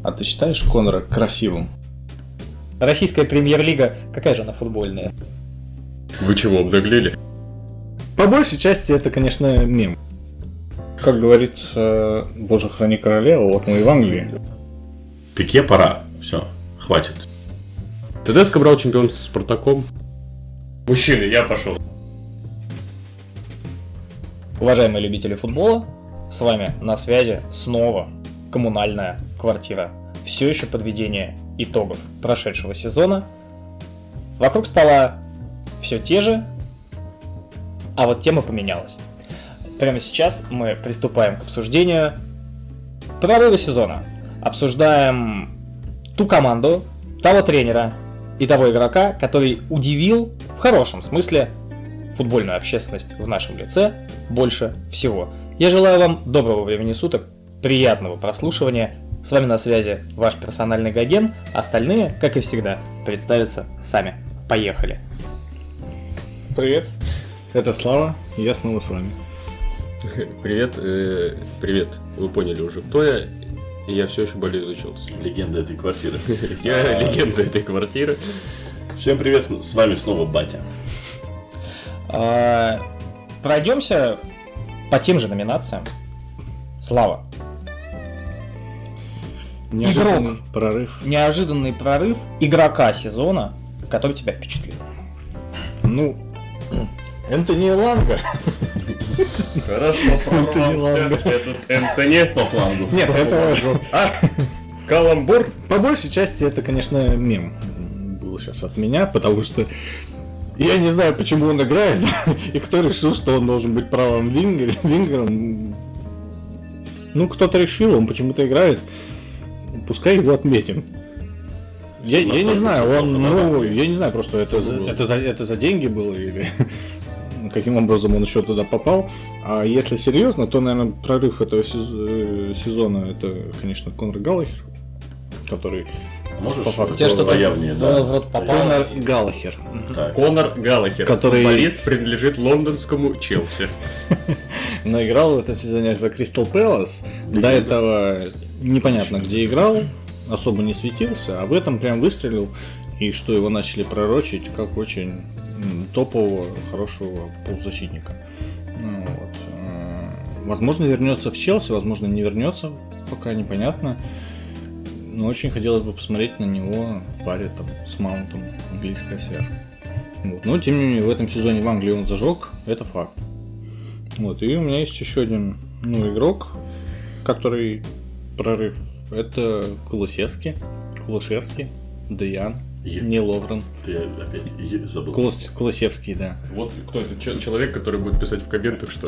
А ты считаешь Конора красивым? Российская премьер-лига, какая же она футбольная? Вы чего, обнаглели? По большей части это, конечно, мем. Как говорится, Боже, храни короля, вот мы и в Англии. Пике пора. Все, хватит. ТДСК брал чемпионство с Спартаком. Мужчины, я пошел. Уважаемые любители футбола, с вами на связи снова коммунальная квартира. Все еще подведение итогов прошедшего сезона. Вокруг стола все те же, а вот тема поменялась. Прямо сейчас мы приступаем к обсуждению прорыва сезона. Обсуждаем ту команду, того тренера и того игрока, который удивил в хорошем смысле футбольную общественность в нашем лице больше всего. Я желаю вам доброго времени суток, приятного прослушивания. С вами на связи ваш персональный Гоген. Остальные, как и всегда, представятся сами. Поехали. Привет, это Слава, и я снова с вами. Привет, привет. Вы поняли уже, кто я. И я все еще болею за Челси. Легенда этой квартиры. Я легенда этой квартиры. Всем привет, с вами снова Батя. Пройдемся по тем же номинациям. Слава. Неожиданный прорыв. Неожиданный прорыв игрока сезона, который тебя впечатлил. Ну, Энтони Эланга. Хорошо, прорвался этот Энтони по флангу. Нет, это... Каламбур. По большей части это, конечно, мем был сейчас от меня, потому что я не знаю, почему он играет, и кто решил, что он должен быть правым вингером. Ну, кто-то решил, он почему-то играет. Пускай его отметим. Я не знаю, я не знаю, просто это за деньги было или каким образом он еще туда попал. А если серьезно, то, наверное, прорыв этого сезона это, конечно, Конор Галлахер, который Можешь по факту появнее, да? Вот попал. Конор Галлахер. Конор Галлахер, Который- футболист, принадлежит лондонскому Челси. Но играл в этом сезоне за Кристал Пэлас. До этого непонятно где играл, особо не светился, а в этом прям выстрелил. И что его начали пророчить как очень топового, хорошего полузащитника. Ну, вот. Возможно, вернется в Челси, возможно, не вернется, пока непонятно. Но очень хотелось бы посмотреть на него в паре там, с Маунтом, английская связка. Вот. Но тем не менее, в этом сезоне в Англии он зажег, это факт. Вот. И у меня есть еще один игрок, который прорыв. Это Кулушевский, Деян, не Ловрен. Ты опять забыл. Кулушевский, да. Вот кто это человек, который будет писать в комментах, что...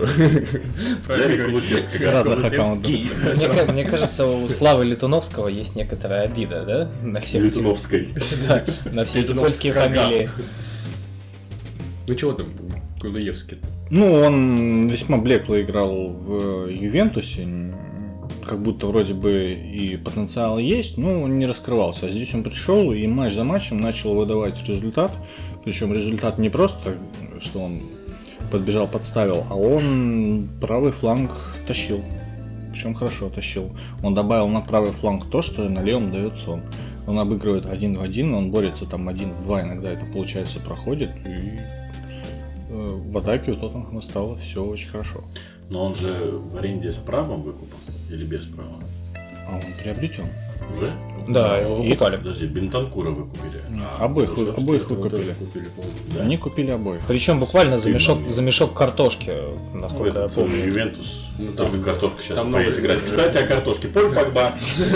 С разных аккаунтов. Мне кажется, у Славы Летуновского есть некоторая обида, да? На всех эти- Литуновской. да, на все эти польские фамилии. Ну чего там, Кулуевский? Ну, он весьма блекло играл в Ювентусе. Как будто вроде бы и потенциал есть, но он не раскрывался. А здесь он пришел и матч за матчем начал выдавать результат. Причем результат не просто, что он подбежал, подставил, а он правый фланг тащил. Причем хорошо тащил. Он добавил на правый фланг то, что на левом дает сон. Он обыгрывает 1 в 1, он борется там 1 в 2, иногда это получается проходит. И в атаке у Тоттенхэма стало все очень хорошо. Но он же в аренде с правом выкупом или без права? А он приобретен. Уже? Да, его выкупали. Подожди, Бентанкура выкупили. Обоих Кулушевский выкупили. Да? Они купили обоих. Причем буквально за Стыдно. мешок картошки, Ну, насколько я это целый помню. Ювентус. Ну, Только там- картошка сейчас там поедет много играть. игроков. Кстати, о картошке. Поль Погба.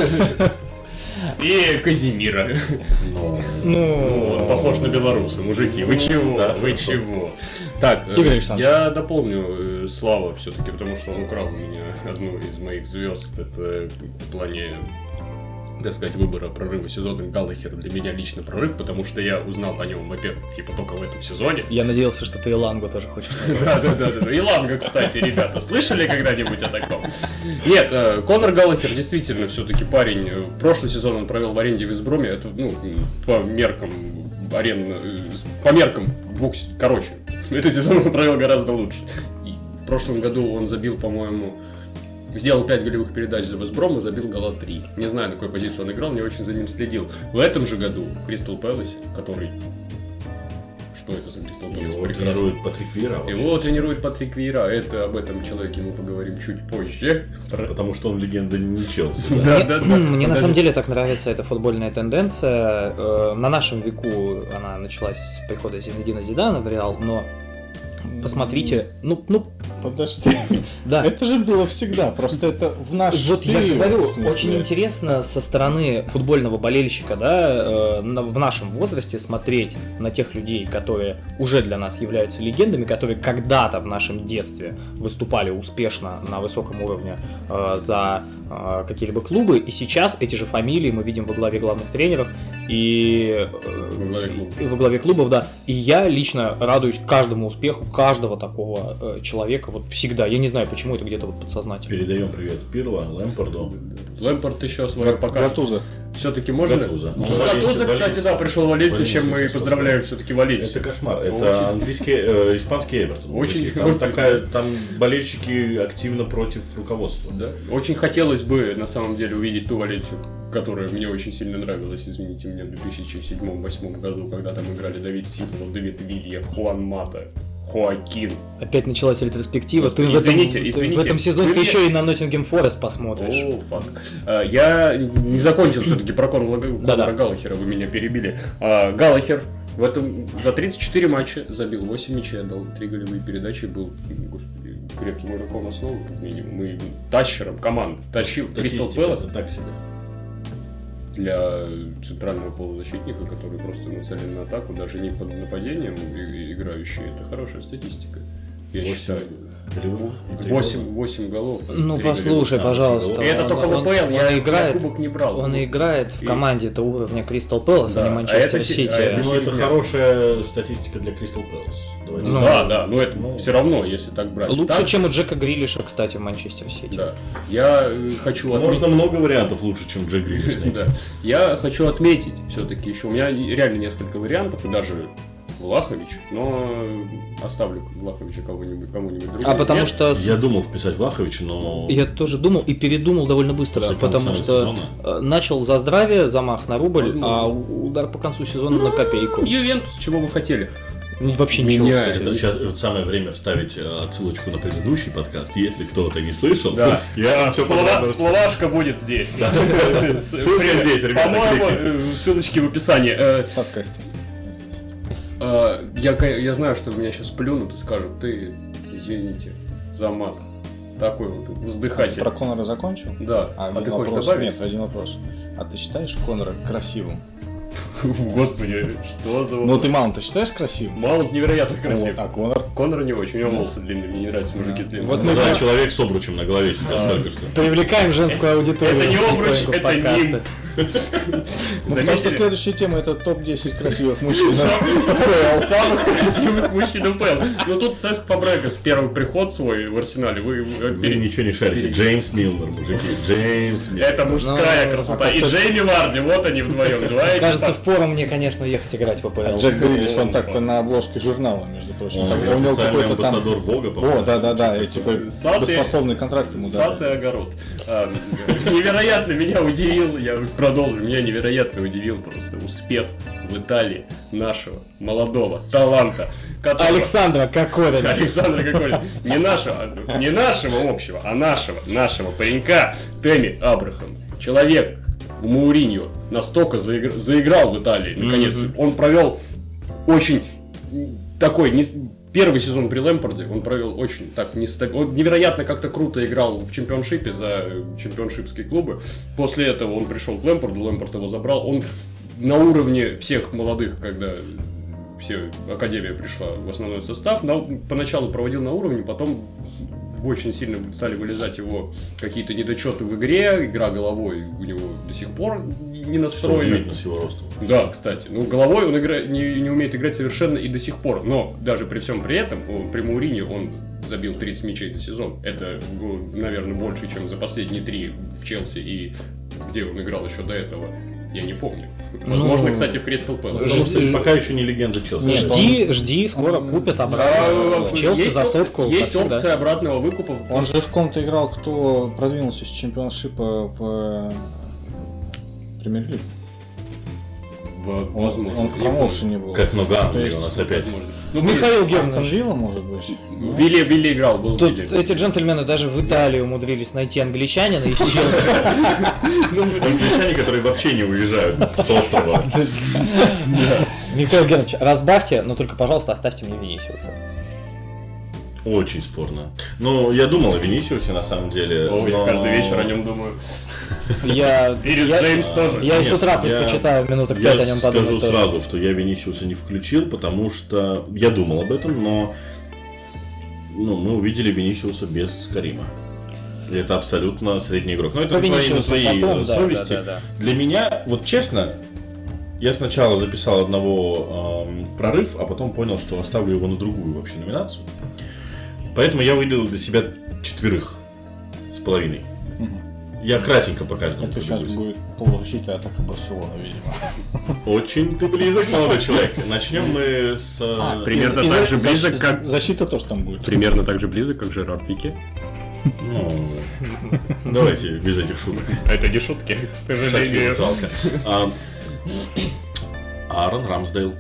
И Казимира. Ну, Он похож на белоруса, мужики. Вы чего? Да, Вы хорошо. чего? Так, Игорь Александрович. я дополню Слава все-таки, потому что он украл у меня одну из моих звезд. Это в плане, так сказать, выбора прорыва сезона. Галлахер для меня лично прорыв, потому что я узнал о нем, во-первых, типа только в этом сезоне. Я надеялся, что ты Илангу тоже хочешь. Да. Иланга, кстати, ребята, слышали когда-нибудь о таком? Нет, Конор Галлахер действительно все-таки парень. Прошлый сезон он провел в аренде в Изброме. Это, по меркам двух... Короче, этот сезон он провел гораздо лучше. И в прошлом году он забил, по-моему, сделал 5 голевых передач за Вестбром и забил гола 3. Не знаю, на какой позиции он играл, не очень за ним следил. В этом же году Кристал Пэлас, который... Что это за Кристал Пэлас? Его тренирует Патрик Вейра. Его тренирует Патрик Вейра. Это об этом человеке мы поговорим чуть позже. Потому что он легенда не Челси. Мне на самом деле так нравится эта футбольная тенденция. На нашем веку она началась с прихода Зинедина Зидана в Реал, но посмотрите, Подожди. да. Это же было всегда, просто это в наш Вот я период, говорю, в смысле. очень интересно со стороны футбольного болельщика, да, в нашем возрасте смотреть на тех людей, которые уже для нас являются легендами, которые когда-то в нашем детстве выступали успешно на высоком уровне за какие-либо клубы, и сейчас эти же фамилии мы видим во главе главных тренеров и во главе клубов, да. И я лично радуюсь каждому успеху каждого такого человека, вот всегда. Я не знаю, почему это где-то вот подсознательно. Передаем привет Пирло, Лэмпарду. Лэмпард еще свое пока. Гатузо. Все-таки можно? Гатузо. Ну, Гатузо, кстати, да, пришел в Валенсию, чем мы поздравляем все-таки Валенсию. Это кошмар. Это Очень. английский, испанский Эвертон. Очень. Там болельщики активно против руководства. Да. Очень хотелось бы, на самом деле, увидеть ту Валенсию, которая мне очень сильно нравилась, извините меня, в 2007-2008 году, когда там играли Давид Сидоров, Давид Вилья, Хуан Мата, Хоакин. Опять началась ретроспектива. Ты Извините. в этом сезоне ты еще и на Ноттингем Форест посмотришь. О, фак. Я не закончил все-таки про Конора Галлахера, вы меня перебили. Галлахер в этом за 34 матча забил 8 мячей, отдал 3 голевые передачи, был, господи, крепким игроком основы, как минимум, и тащером команды. Тащил Кристал Пэлас. Так себе. Для центрального полузащитника, который просто нацелен на атаку, даже не под нападением играющий, это хорошая статистика. Я считаю. 8 голов. Ну послушай, пожалуйста. И это только в АПЛ, я кубок не брал. Он играет в команде-то уровня Кристал Пэлас, а не Манчестер Сити. Ну это хорошая статистика для Кристал Пэлас. Да, но это все равно, если так брать. Лучше, чем у Джека Грилиша, кстати, в Манчестер Сити. Да. Я хочу Можно много вариантов лучше, чем Джек Грилиш найти. Я хочу отметить все-таки еще. У меня реально несколько вариантов, и даже Влахович, но оставлю Влаховича кому-нибудь другому. А потому что... Я думал вписать Влаховича, но... Я тоже думал и передумал довольно быстро, потому что начал за здравие, замах на рубль, а удар по концу сезона на копейку. Ювентус, чего вы хотели? Вообще ничего. Это сейчас самое время вставить отсылочку на предыдущий подкаст. Если кто-то не слышал, да. Я все Всплывашка будет здесь. Ссылка здесь, ребята. По-моему, ссылочки в описании. В подкасте. Я знаю, что меня сейчас плюнут и скажут: ты, извините, за мат. Такой вот вздыхатель. Про Конора закончил? Да. А ты вопрос, хочешь добавить? Нет, один вопрос. А ты считаешь Конора красивым? Господи, что за... Ну ты Маунта считаешь красивым? Маунт невероятно красив. А Конор? Конор не очень, у него волосы длинные, мне не нравятся мужики с длинными. Вот мы знаем человек с обручем на голове сейчас только что. Привлекаем женскую аудиторию. Это не обруч, это ним. Ну, потому что следующая тема — это топ-10 красивых мужчин. Самых красивых мужчин УПЛ. Ну тут Цеск Фабрегас, первый приход свой в Арсенале. Вы ничего не шарите. Джеймс Милнер, мужики. Джеймс Милнер. Это мужская красота. И Джейми Варди, вот они вдвоем. Кажется, впору мне, конечно, ехать играть в АПЛ. Джек Грилиш, он так-то на обложке журнала, между прочим. Он У него какой-то там... амбассадор Вога, О, да, и типа баснословный контракт ему дали. Сад и огород. Невероятно меня удивил, я продолжу, меня невероятно удивил просто успех в Италии нашего молодого таланта. Александра Кокорина. Александра Кокорина. Не нашего общего, а нашего паренька Тэмми Абрахам. Человек в Мауриньо настолько заиграл в Италии, наконец. Он провел очень такой... Первый сезон при Лэмпарде он провел очень так нестабильно. Он невероятно как-то круто играл в чемпионшипе за чемпионшипские клубы. После этого он пришел к Лэмпарду, Лэмпард его забрал. Он на уровне всех молодых, когда все академия пришла в основной состав, поначалу проводил на уровне, потом очень сильно стали вылезать его какие-то недочеты в игре, игра головой у него до сих пор не настроена. С его ростом. Да, кстати. Ну, головой он не умеет играть совершенно и до сих пор. Но даже при всем при этом, при Мауриньо он забил 30 мячей за сезон. Это, наверное, больше, чем за последние 3 в Челси и где он играл еще до этого. Я не помню. Возможно, кстати, в Кристал Пэлас. Потому что пока еще не легенда Челси. Жди, скоро купят обратно в Челси за сотку. Есть опция обратного выкупа. Он же в ком-то играл, кто продвинулся с чемпионшипа в Премьер-лигу. Возможно. Он в промоушене был. Как много То Англии есть, у нас опять. Ну, Михаил Астон Германович. Вилла, может быть. Вилли играл, был Тут Вилли. эти джентльмены даже в Италии умудрились найти англичанина из Челси. Англичане, которые вообще не уезжают с острова. Михаил Германович, разбавьте, но только, пожалуйста, оставьте мне Винисиуса. Очень спорно. Ну, я думал о Винисиусе на самом деле. О, я но- каждый вечер о нем думаю. Я Джеймс тоже. и с Нет, утра я- предпочитаю минуток 5 о нем Я скажу подумать. тоже. сразу, что я Винисиуса не включил, потому что я думал об этом, но мы увидели Винисиуса без Карима. И это абсолютно средний игрок. Но это По на Винисиусу твоей потом, да, совести. да. Для меня, вот честно, я сначала записал одного в прорыв, а потом понял, что оставлю его на другую вообще номинацию. Поэтому я выделил для себя 4,5. Я кратенько по каждому Это сейчас пробегусь. будет полузащита атака Барселоны, видимо. Очень ты близок, молодой человек. Начнем мы с... Примерно так же близок, как... Защита тоже там будет. Примерно так же близок, как Жерар Пике. Ну, давайте без этих шуток. Это не шутки, к Шахиру жалко. Аарон Рамсдейл.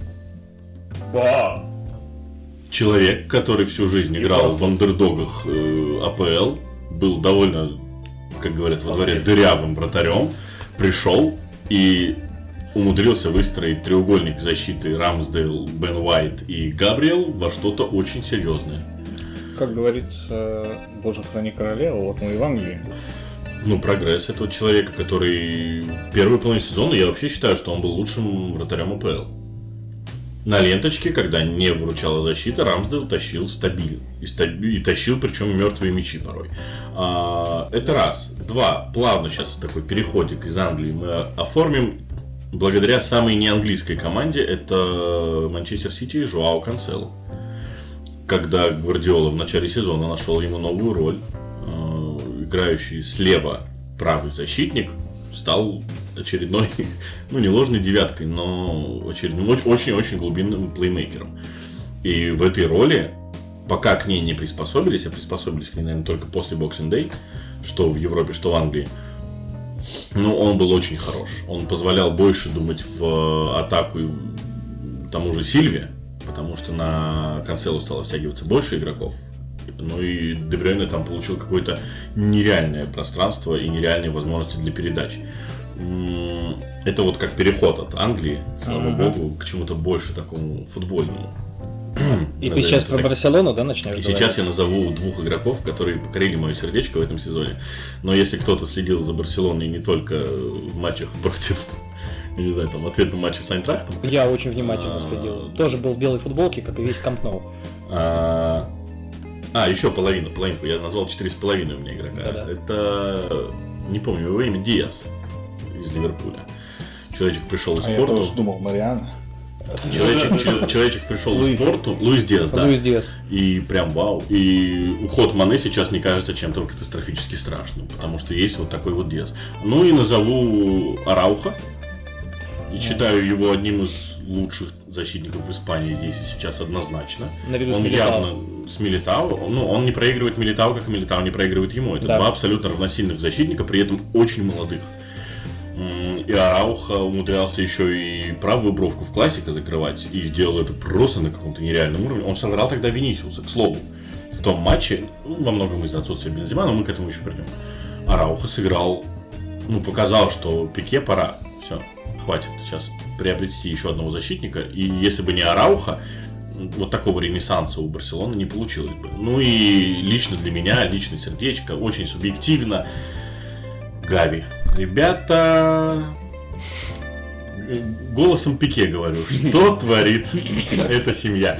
Да. Человек, который всю жизнь играл в андердогах АПЛ, был довольно, как говорят во дворе, дырявым вратарем, пришел и умудрился выстроить треугольник защиты Рамсдейл, Бен Уайт и Габриэл во что-то очень серьезное. Как говорится, Боже, храни королеву, вот мы и в Англии. Ну, прогресс этого человека, который первую половину сезона, я вообще считаю, что он был лучшим вратарем АПЛ. На ленточке, когда не выручала защита, Рамсдейл тащил стабильно. И тащил, причем мертвые мячи порой. Это раз. Два. Плавно сейчас такой переходик из Англии мы оформим благодаря самой неанглийской команде. Это Манчестер Сити и Жоао Кансело. Когда Гвардиола в начале сезона нашел ему новую роль, играющий слева правый защитник стал очередной, не ложной девяткой, но очередным очень-очень глубинным плеймейкером. И в этой роли, пока к ней не приспособились, а приспособились к ней, наверное, только после Boxing Day, что в Европе, что в Англии, он был очень хорош. Он позволял больше думать в атаку тому же Сильве, потому что на Кансело стало стягиваться больше игроков. Ну и Де Брюйне там получил какое-то нереальное пространство и нереальные возможности для передач. Это вот как переход от Англии, слава богу, к чему-то больше такому футбольному. И ты сейчас про Барселону, да, начнешь И говорить? сейчас я назову двух игроков, которые покорили мое сердечко в этом сезоне. Но если кто-то следил за Барселоной не только в матчах против, я не знаю, там, ответном матче с Айнтрахтом. Я очень внимательно следил. Тоже был в белой футболке, как и весь Камп Ноу. Еще половинку. Я назвал 4,5 у меня игрока. Да-да. Это, не помню его имя, Диас из Ливерпуля. Человечек пришел из А я спорту. тоже думал, Мариана. Человечек пришел из спорту. Луис Диас, да. Луис Диас. И прям вау. И уход Мане сейчас не кажется чем-то катастрофически страшным, потому что есть вот такой вот Диас. Ну и назову Арауха. И считаю его одним из лучших защитников в Испании здесь и сейчас однозначно. Наряду с Он Милитао. явно с Милитао. Он не проигрывает Милитао, как и Милитао не проигрывает ему. Это Да. два абсолютно равносильных защитника, при этом очень молодых. И Арауха умудрялся еще и правую бровку в классике закрывать. И сделал это просто на каком-то нереальном уровне. Он сыграл тогда Винисиуса, к слову. В том матче, во многом из-за отсутствия Бензема, но мы к этому еще придем. Арауха сыграл, показал, что Пике пора. Все, хватит сейчас приобрести еще одного защитника. И если бы не Арауха, вот такого ренессанса у Барселоны не получилось бы. Ну и лично для меня, лично сердечко, очень субъективно, Гави. Ребята, голосом Пике говорю, что творит эта семья.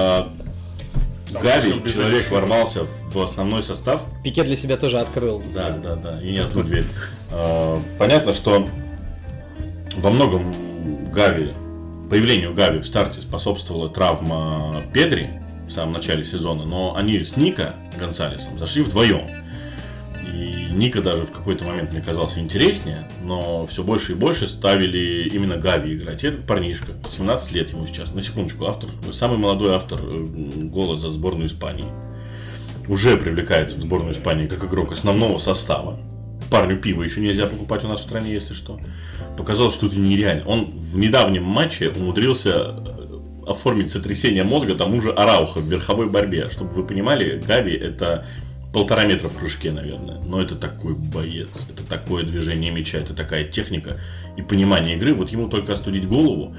Гави, человек ворвался в основной состав. Пике для себя тоже открыл. Да, и не одну дверь. Понятно, что во многом появлению Гави в старте способствовала травма Педри в самом начале сезона, но они с Нико Гонсалесом зашли вдвоем. И Ника даже в какой-то момент мне казался интереснее, но все больше и больше ставили именно Гави играть. И этот парнишка, 17 лет ему сейчас, на секундочку, самый молодой автор гола за сборную Испании. Уже привлекается в сборную Испании как игрок основного состава. Парню пиво еще нельзя покупать у нас в стране, если что. Показалось, что это нереально. Он в недавнем матче умудрился оформить сотрясение мозга тому же Араухо в верховой борьбе. Чтобы вы понимали, Гави это 1,5 метра в прыжке, наверное. Но это такой боец, это такое движение мяча, это такая техника и понимание игры. Вот ему только остудить голову,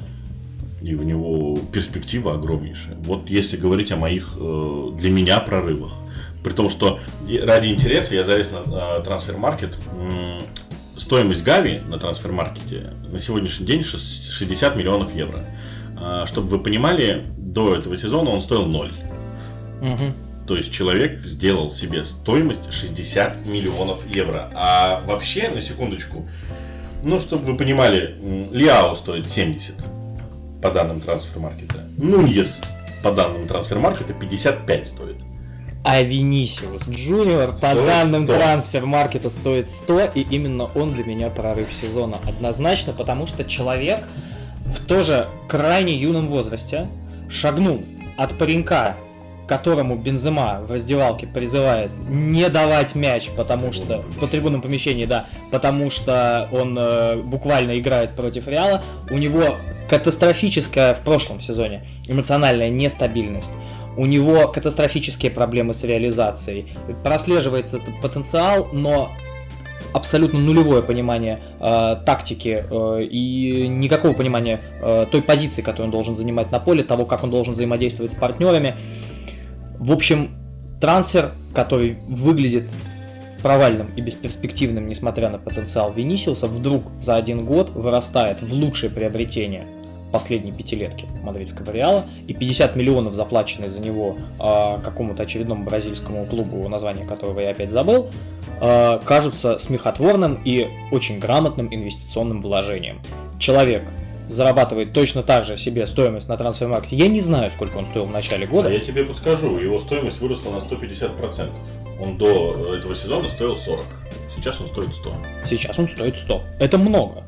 и у него перспектива огромнейшая. Вот если говорить о моих, для меня, прорывах. При том, что ради интереса я залез на трансфер-маркет. Стоимость Гави на трансфер-маркете на сегодняшний день 60 миллионов евро. Чтобы вы понимали, до этого сезона он стоил 0. Угу. То есть человек сделал себе стоимость 60 миллионов евро. А вообще, на секундочку, чтобы вы понимали, Лиао стоит 70 по данным трансфер-маркета. Нуньес по данным трансфер-маркета 55 стоит. А Винисиус Джуниор по данным 100. трансфер-маркета стоит 100, и именно он для меня прорыв сезона. Однозначно, потому что человек в тоже крайне юном возрасте шагнул от паренька, которому Бензема в раздевалке призывает не давать мяч, потому что по трибунном помещении, да, потому что он буквально играет против Реала. У него катастрофическая в прошлом сезоне эмоциональная нестабильность. У него катастрофические проблемы с реализацией. Прослеживается этот потенциал, но абсолютно нулевое понимание тактики и никакого понимания той позиции, которую он должен занимать на поле, того, как он должен взаимодействовать с партнерами. В общем, трансфер, который выглядит провальным и бесперспективным, несмотря на потенциал Винисиуса, вдруг за один год вырастает в лучшее приобретение последней пятилетки мадридского Реала, и 50 миллионов, заплаченные за него какому-то очередному бразильскому клубу, название которого я опять забыл, кажутся смехотворным и очень грамотным инвестиционным вложением. Человек зарабатывает точно так же себе стоимость на трансфер-маркете. Я не знаю, сколько он стоил в начале года. А я тебе подскажу, его стоимость выросла на 150%. Он до этого сезона стоил 40. Сейчас он стоит 100. Сейчас он стоит 100. Это много.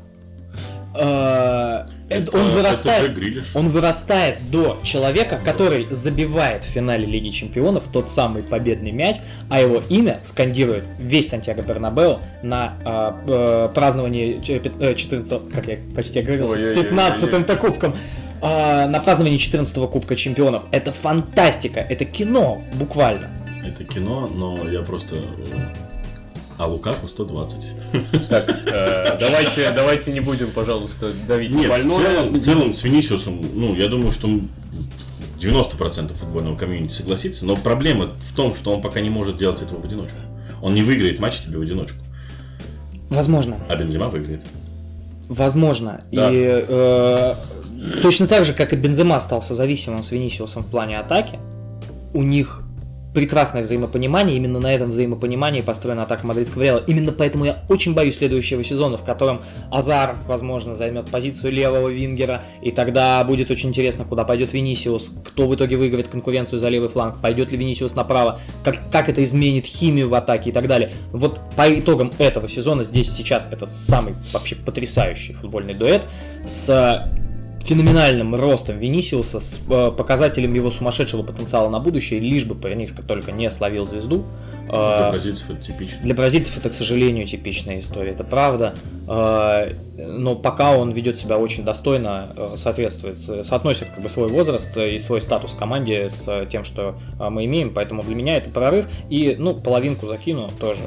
Он вырастает до человека, который забивает в финале Лиги Чемпионов тот самый победный мяч, а его имя скандирует весь Сантьяго Бернабеу на праздновании 14, как я почти оговорился, с 15-м кубком. На праздновании 14-го Кубка Чемпионов. Это фантастика, это кино, буквально. Это кино, но я просто... А Лукаку 120. Так, давайте не будем, пожалуйста, давить на больное. В целом с Винисиусом, я думаю, что 90% футбольного комьюнити согласится, но проблема в том, что он пока не может делать этого в одиночку. Он не выиграет матч тебе в одиночку. Возможно. А Бензема выиграет. Возможно. Да. И точно так же, как и Бензема стал созависимым с Винисиусом в плане атаки, у них прекрасное взаимопонимание, именно на этом взаимопонимании построена атака мадридского Реала. Именно поэтому я очень боюсь следующего сезона, в котором Азар, возможно, займет позицию левого вингера, и тогда будет очень интересно, куда пойдет Винисиус, кто в итоге выиграет конкуренцию за левый фланг, пойдет ли Винисиус направо, как это изменит химию в атаке и так далее. Вот по итогам этого сезона здесь сейчас это самый вообще потрясающий футбольный дуэт с феноменальным ростом Винисиуса, с показателем его сумасшедшего потенциала на будущее, лишь бы парнишка только не словил звезду. Для бразильцев это типично. Для бразильцев это, к сожалению, типичная история, это правда. Но пока он ведет себя очень достойно, соотносит свой возраст и свой статус в команде с тем, что мы имеем, поэтому для меня это прорыв. И половинку закину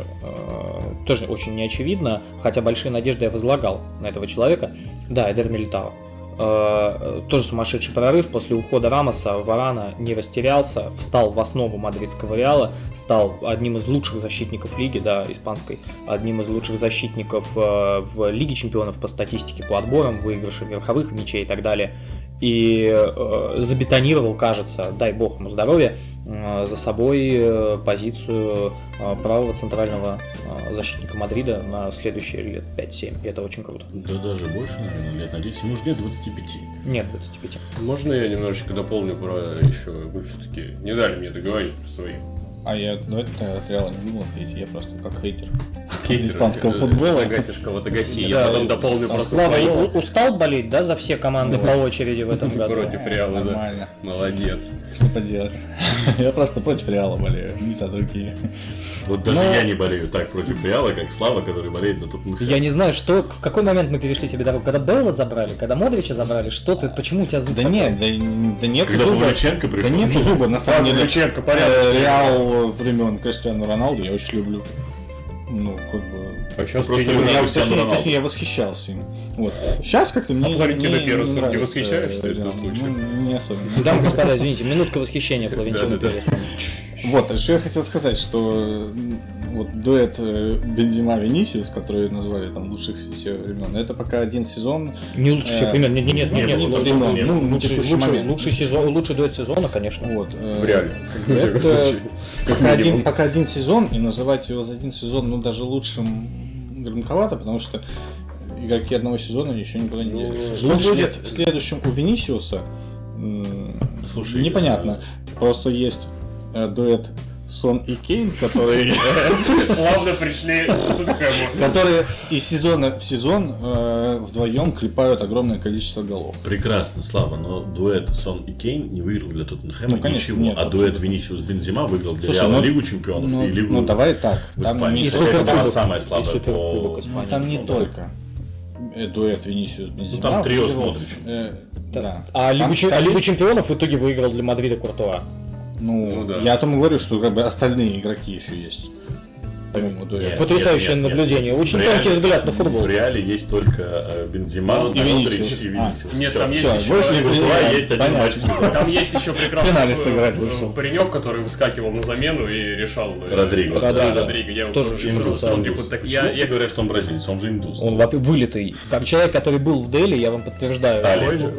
тоже очень неочевидно, хотя большие надежды я возлагал на этого человека. Да, Эдер Милитао. Тоже сумасшедший прорыв. После ухода Рамоса Варана не растерялся, встал в основу мадридского Реала, стал одним из лучших защитников лиги, испанской, одним из лучших защитников в Лиге Чемпионов по статистике, по отборам, выигрыши верховых мячей и так далее. И забетонировал, кажется, дай бог ему здоровья, за собой позицию правого центрального защитника Мадрида на следующие лет 5-7. И это очень круто. Да даже больше, наверное, лет на 10. Ему уже нет 25. Нет 25. Можно я немножечко дополню про еще? Вы все-таки не дали мне договорить про свои А я от Реала не думал хейтить, я просто как хейтер Хейтер, испанского футбола. Загасишь кого-то, гаси. Да, Я потом дополню просто Слава, свои. устал болеть, да, за все команды по очереди в этом году? Против Реала, да. Нормально. Молодец. Что поделать? Я просто против Реала болею, не за другие. Вот даже я не болею так против Реала, как Слава, который болеет за Тоттенхэм. Я не знаю, в какой момент мы перешли тебе дорогу, когда Белла забрали, когда Модрича забрали, что ты, почему у тебя зуб Да такой? нет, да нет Когда зуба. Павлюченко пришел. Да нет зуба, на самом деле. Павлюченко порядочный. Реал времен Криштиану Роналду я очень люблю. Ну, как бы... А сейчас Просто ты не я- нравишься. Точнее, я восхищался им. Вот. Сейчас как-то мне Флорентино Пересом не нравится, восхищаешься в этом Реал. случае? Ну, не особенно. Дамы и господа, извините, минутка восхищения Флорентино Да-да-да. Переса. Вот, что я хотел сказать, что вот дуэт Бензема-Винисиус, который назвали там лучших всех времен, это пока один сезон. Не лучший всех времен, нет, вот времен, нет, ну, текущий момент. лучший дуэт сезона, конечно. Вот, В реале. это Как пока минимум. пока один сезон, и называть его за один сезон, ну, даже лучшим громковато, потому что игроки одного сезона еще никуда не делись. Что будет в следующем у Винисиуса, Слушай, непонятно. Просто есть дуэт Сон и Кейн, которые Плавно пришли к Тоттенхэму. которые из сезона в сезон вдвоем клепают огромное количество голов. Прекрасно, Слава, но дуэт Сон и Кейн не выиграл для Тоттенхэма Ну, конечно, ничего, нет, а дуэт абсолютно. Винисиус-Бензема выиграл для Слушай, Реала ну, Лигу Чемпионов и Лигу давай так. в Там Испании. не И Хотя это Суперкубок. была самая И слабая Суперкубок по... Испании. там не только дуэт Винисиус Бензема. Ну, там трио с выиграл, Модричем. Да. А Лигу Там- чемпионов в итоге выиграл для Мадрида Куртуа. Ну, да. я о том и говорю, что как бы остальные игроки еще есть. Помимо дуэта. Нет, Потрясающее нет, нет, наблюдение. нет. Очень В Реале- тонкий взгляд на футбол. В Реале есть только Бензема, И Модрич Винисиус. и Винисиус. Нет, Всё. там есть Всё, еще... больше не Куртуа Понятно. есть один матч в сезоне. Там есть еще прекрасный В финале сыграть вышел. паренек, который выскакивал на замену и решал. Родриго. Да, Родриго. Родриго. Я его Тоже тоже Индус, он индус. так- Почему я- все говорят, что он бразилец? Он же индус. Он вылитый. Как человек, который был в Дели, я вам подтверждаю. Такой же?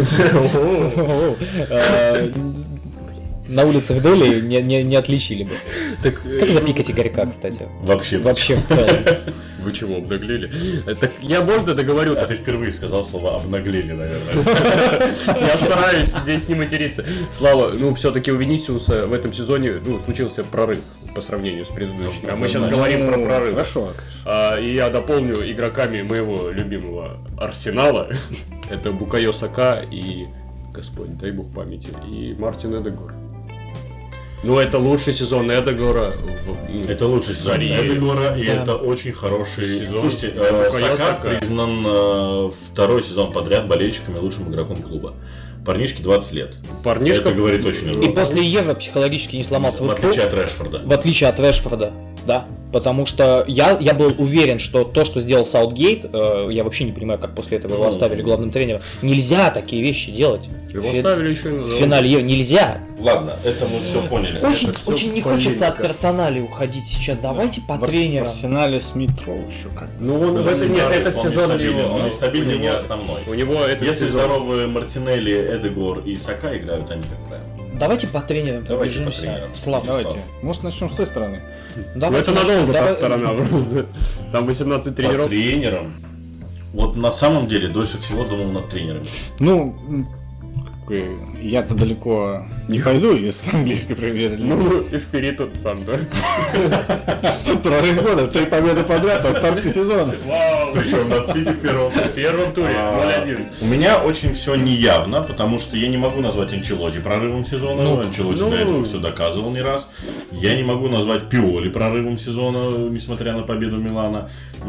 Э, На улицах Дели не отличили бы. Так, Как запикать Игорька, кстати? Вообще. Вообще в целом. Вы чего, обнаглели? Так я можно договорю? А ты впервые сказал слово «обнаглели», наверное. Я стараюсь здесь не материться. Слава, ну все-таки у Винисиуса в этом сезоне случился прорыв по сравнению с предыдущими. А мы сейчас говорим про прорыв. Хорошо. И я дополню игроками моего любимого Арсенала. Это Букайо Сака и, Господь, дай бог памяти, и Мартин Эдегор. Ну, это лучший сезон Эдегора. Это лучший сезон Зари. Эдегора, и Да. это очень хороший... Сезон. Слушайте, Букайо Сака Сака. признан второй сезон подряд болельщиками лучшим игроком клуба. Парнишке 20 лет. Парнишка... Это говорит очень И много. после Евро психологически не сломался. В Вот отличие от Решфорда. В отличие от Решфорда, да. Потому что я был уверен, что то, что сделал Саутгейт, я вообще не понимаю, как после этого его оставили главным тренером. Нельзя такие вещи делать. Его В фи- оставили еще... В финале Евро нельзя. Ладно, это мы все поняли. Очень, Это всё очень не хочется от полемика. персоналей уходить сейчас. Давайте по В тренерам. Арсенале Смит Роу еще как. Ну, он в это, нет, этот Он сезон нестабильный, его... он нестабильный, у не него- основной. У него этот Если сезон... здоровые Мартинелли, Эдегор и Сака играют, они как правило. Давайте по тренерам Давайте по пробежимся. тренерам. Слава. Давайте. Может, начнем с той стороны? Ну, Давайте это надолго начнем. та сторона. просто. Там 18 По тренеров. тренерам. Вот на самом деле дольше всего думал над тренерами. Ну, я-то далеко не пойду из английской премьер-лиги. Ну, и вперед тут сам, да? Прорыв года, 3 победы подряд на старте сезона. Вау! Причем над Сити в первом. В первом туре, 0-1. У меня очень все неявно, потому что я не могу назвать Анчелотти прорывом сезона. Анчелотти до этого все доказывал не раз. Я не могу назвать Пиоли прорывом сезона, несмотря на победу Милана.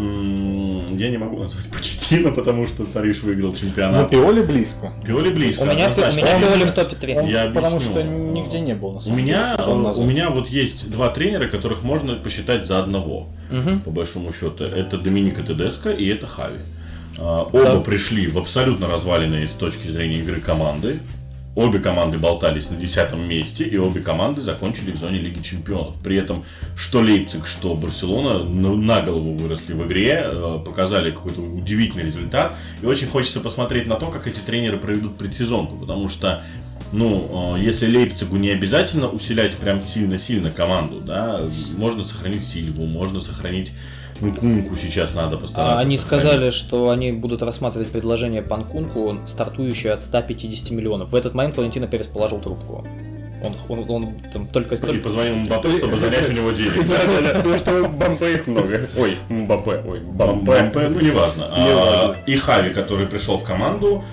Я не могу назвать Почеттино, потому что Париж выиграл Ну, чемпионат. Пиоли близко. Пиоли близко. У меня однозначно. Пиоли в топе 3. Я Потому объясню. что нигде не был на У самом деле сезон меня, назад. у меня вот есть два тренера, которых можно посчитать за одного, по большому счету. Это Доминика Тедеско и это Хави. Оба пришли в абсолютно разваленные с точки зрения игры команды. Обе команды болтались на 10-м месте, и обе команды закончили в зоне Лиги Чемпионов. При этом что Лейпциг, что Барселона на голову выросли в игре, показали какой-то удивительный результат. И очень хочется посмотреть на то, как эти тренеры проведут предсезонку, потому что если Лейпцигу не обязательно усилять прям сильно-сильно команду, да, можно сохранить Сильву, можно сохранить Нкунку, сейчас надо постараться. Они сохранить. сказали, что они будут рассматривать предложение по Нкунку, стартующее от 150 миллионов. В этот момент Флорентино Перес положил трубку. Он там только... И позвонил Мбаппе, чтобы занять у него денег. Потому что Мбаппе их много. Ой, Мбаппе. Мбаппе, ну неважно. И Хави, который пришел в команду,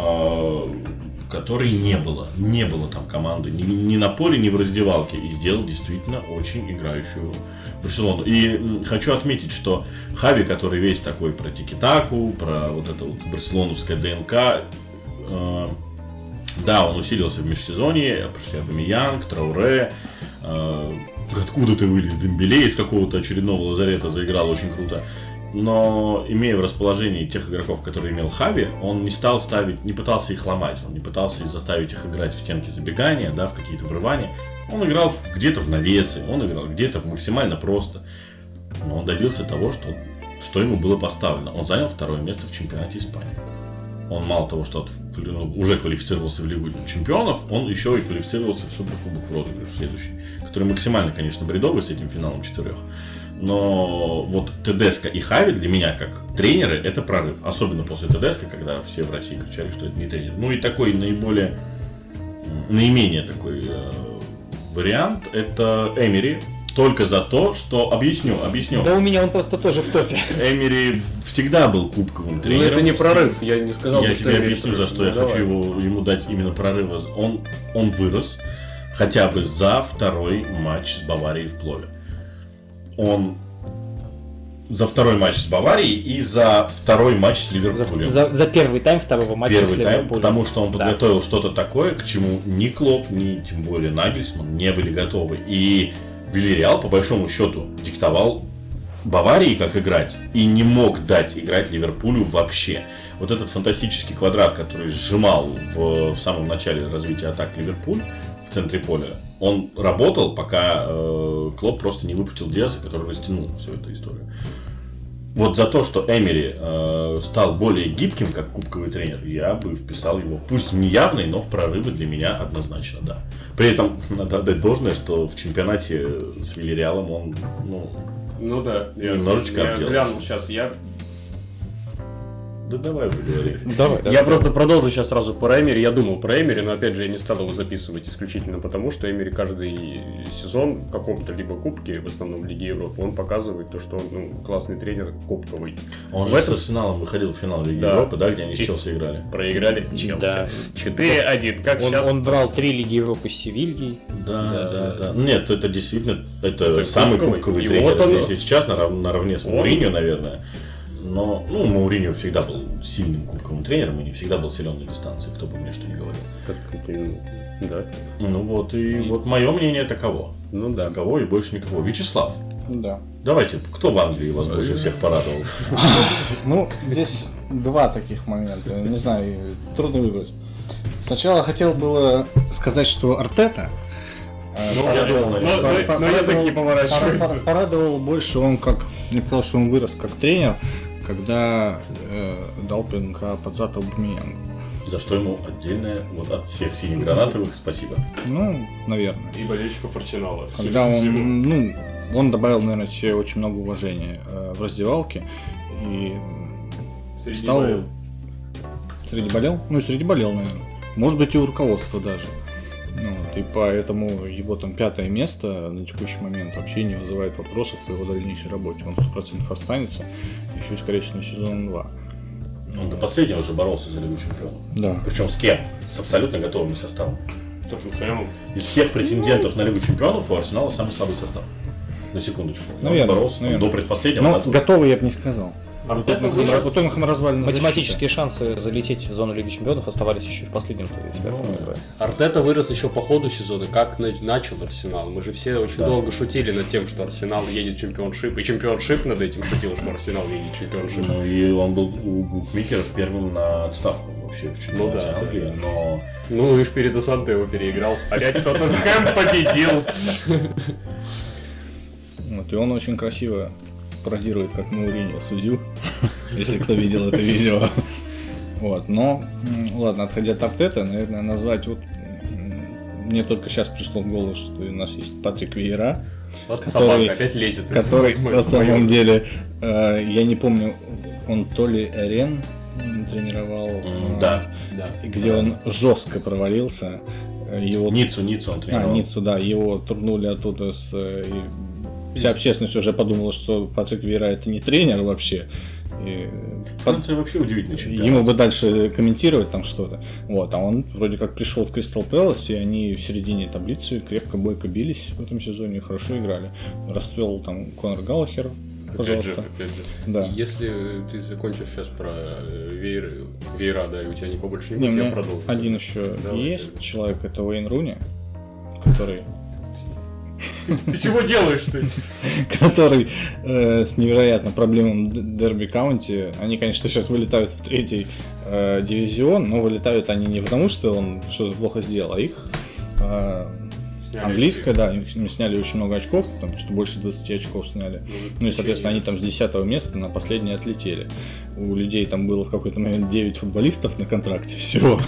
которой не было там команды ни на поле, ни в раздевалке, и сделал действительно очень играющую Барселону. И хочу отметить, что Хави, который весь такой про тики-таку, про вот это вот барселоновское ДНК, да, он усилился в межсезонье, пришли Абамеянг, Трауре, откуда-то вылез Дембеле из какого-то очередного лазарета, заиграл очень круто. Но, имея в расположении тех игроков, которые имел Хави, он не стал ставить, не пытался их ломать, он не пытался заставить их играть в стенки забегания, да, в какие-то врывания. Он играл где-то в навесы, он играл где-то максимально просто. Но он добился того, что ему было поставлено. Он занял 2-е место в чемпионате Испании. Он мало того, что уже квалифицировался в Лигу чемпионов, он еще и квалифицировался в Суперкубок в розыгрыш следующий, который максимально, конечно, бредовый с этим финалом 4. Но вот Тедеско и Хави для меня, как тренеры, это прорыв. Особенно после Тедеско, когда все в России кричали, что это не тренер. Ну и такой наименее такой вариант, это Эмери. Только за то, что... Объясню. Да у меня он просто тоже в топе. Эмери всегда был кубковым тренером. Но это не прорыв, я не сказал, я что тебе Эмери объясню, прорыв. за что я хочу ему дать именно прорыва. Он вырос хотя бы за 2-й матч с Баварией в Плове. Он за 2-й матч с Баварией и за 2-й матч с Ливерпулем. За первый тайм 2-го матча с Ливерпулем. Потому что он подготовил что-то такое, к чему ни Клоп, ни тем более Нагельсман не были готовы. И Вильярреал, по большому счету, диктовал Баварии, как играть, и не мог дать играть Ливерпулю вообще. Вот этот фантастический квадрат, который сжимал в самом начале развития атак Ливерпуль в центре поля, он работал, пока Клоп просто не выпустил Диаса, который растянул всю эту историю. Вот за то, что Эмери стал более гибким, как кубковый тренер, я бы вписал его, пусть не явный, но в прорывы для меня однозначно, да. При этом надо отдать должное, что в чемпионате с Вильярреалом он, Ну да, немножечко я обделался. глянул сейчас, Да давай уже говори. Давай. Я просто продолжу сейчас сразу про Эмери. Я думал про Эмери, но опять же я не стал его записывать исключительно потому, что Эмери каждый сезон в каком-то либо кубке, в основном Лиге Европы, он показывает то, что он классный тренер, кубковый. Он В же этом- с Арсеналом выходил в финал Лиги Да. Европы, да, где они с Челси играли. Проиграли Челси. Да. 4-1, как сейчас. Он брал 3 Лиги Европы с Севильей. Да. Нет, это действительно это самый кубковый. кубковый И тренер вот он- здесь и сейчас, наравне с Он- Мауриньо, наверное. Но, Мауриньо всегда был сильным кубковым тренером и не всегда был силен на дистанции, кто бы мне что ни говорил. Да. Ну вот, и вот мое мнение таково. Ну да. Таково и больше никого. Вячеслав, Да. давайте, кто в Англии вас больше всех порадовал? Ну, здесь два таких момента. Не знаю, трудно выбрать. Сначала хотел было сказать, что Артета Я думал, наверное. Но язык не поворачивается. порадовал больше он как... Мне показалось, что он вырос как тренер, когда дал пинка под зад Аубамеянгу. За что ему отдельное, вот от всех синих-гранатовых, спасибо. Ну, наверное. И болельщиков Арсенала. Когда он добавил, наверное, себе очень много уважения в раздевалке и стал... Среди болел? Ну, и среди болел, наверное. Может быть, и у руководства даже. Вот, и поэтому его там 5-е место на текущий момент вообще не вызывает вопросов по его дальнейшей работе. Он 100% останется, еще и, скорее всего, на сезон 2. Он до последнего уже боролся за Лигу Чемпионов. Да. Причем с кем? С абсолютно готовым составом. Тоттенхэмом. Из всех претендентов на Лигу Чемпионов у Арсенала самый слабый состав. На секундочку. Он Наверное, боролся там наверное. до предпоследнего. Но да, тут. готовый я бы не сказал. Артета У Тоттенхэма развалина Математические шансы залететь в зону Лиги Чемпионов оставались еще в последнем туре. если я понимаю. Артета вырос еще по ходу сезона, как начал Арсенал. Мы же все очень долго шутили над тем, что Арсенал едет в чемпионшип, и чемпионшип над этим шутил, что Арсенал едет в чемпионшип. Ну и он был у букмекеров первым на отставку вообще в чемпионате Ну да. Англии, но Ну и Шпирито Санто его переиграл. Опять Тоттенхэм победил. Вот, и он очень красиво пародирует, как Мауриньо судью, если кто видел это видео. Вот, но, ладно, отходя от Артета, наверное, назвать вот... Мне только сейчас пришло в голову, что у нас есть Патрик Виейра, Вот Который- собака опять лезет. который В мою- на самом деле, я не помню, он то ли Рен тренировал, да. Да. где он жестко провалился. Его... Ниццу он тренировал. Ниццу, да, его турнули оттуда вся общественность уже подумала, что Патрик Вейра это не тренер вообще. Франция вообще удивительный чемпионат. Ему бы дальше комментировать там что-то. Вот, а он вроде как пришел в Кристал Пэлас, и они в середине таблицы бойко бились в этом сезоне, хорошо играли. Расцвел там Конор Галлахер, пожалуйста. Опять же. Да. Если ты закончишь сейчас про Вейра, да, и у тебя никого больше не Не, у будет, я меня продолжу. один еще Давай. есть человек, это Уэйн Руни, который... Ты чего делаешь ты? который с невероятным проблемам Дерби Каунти. Они, конечно, сейчас вылетают в третий дивизион, но вылетают они не потому, что он что-то плохо сделал, а их английская, да, им сняли очень много очков, там что больше 20 очков сняли. Ну и, соответственно, они там с 10-го места на последнее отлетели. У людей там было в какой-то момент 9 футболистов на контракте всего.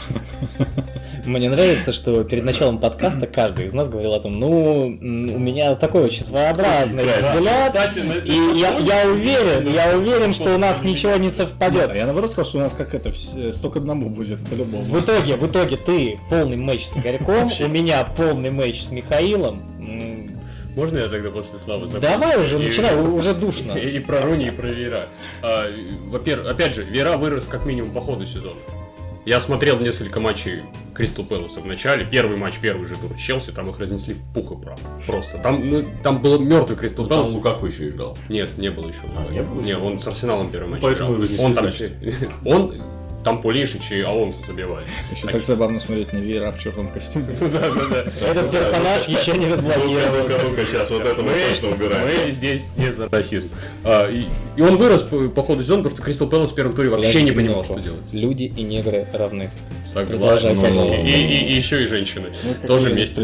Мне нравится, что перед началом подкаста каждый из нас говорил о том, ну, у меня такой очень своеобразный взгляд, и я уверен, что у нас ничего не совпадет. Я наоборот сказал, что у нас как это, 100 к 1 будет по-любому. В итоге ты полный матч с Игорьком, у меня полный матч с Михаилом. Можно я тогда после Славы закончу? Давай уже, начинай, уже душно. И про Руни, и про Вейра. Во-первых, опять же, Вейра вырос как минимум по ходу сезона. Я смотрел несколько матчей Кристал Пэласа в начале. Первый матч, первый же тур Челси, там их разнесли в пух и прах. Просто. Там был мертвый Кристал Пэлас. Там Лукаку еще играл. Нет, не было еще. Не было еще? Не, он с Арсеналом первый матч Поэтому играл. разнесли, Он там, значит. он там Пулишич и Алонсо забивали. Еще так забавно смотреть на Вейра в черном костюме. Да. Этот персонаж еще не разблокирован. Ну-ка, сейчас вот это мы точно убираем. Мы здесь не за расизм. И он вырос по ходу сезона, потому что Кристал Пэлас в первом туре вообще не понимал, что делать. Люди и негры равны. Согласен. Продолжай, пожалуйста. И еще и женщины. Тоже вместе.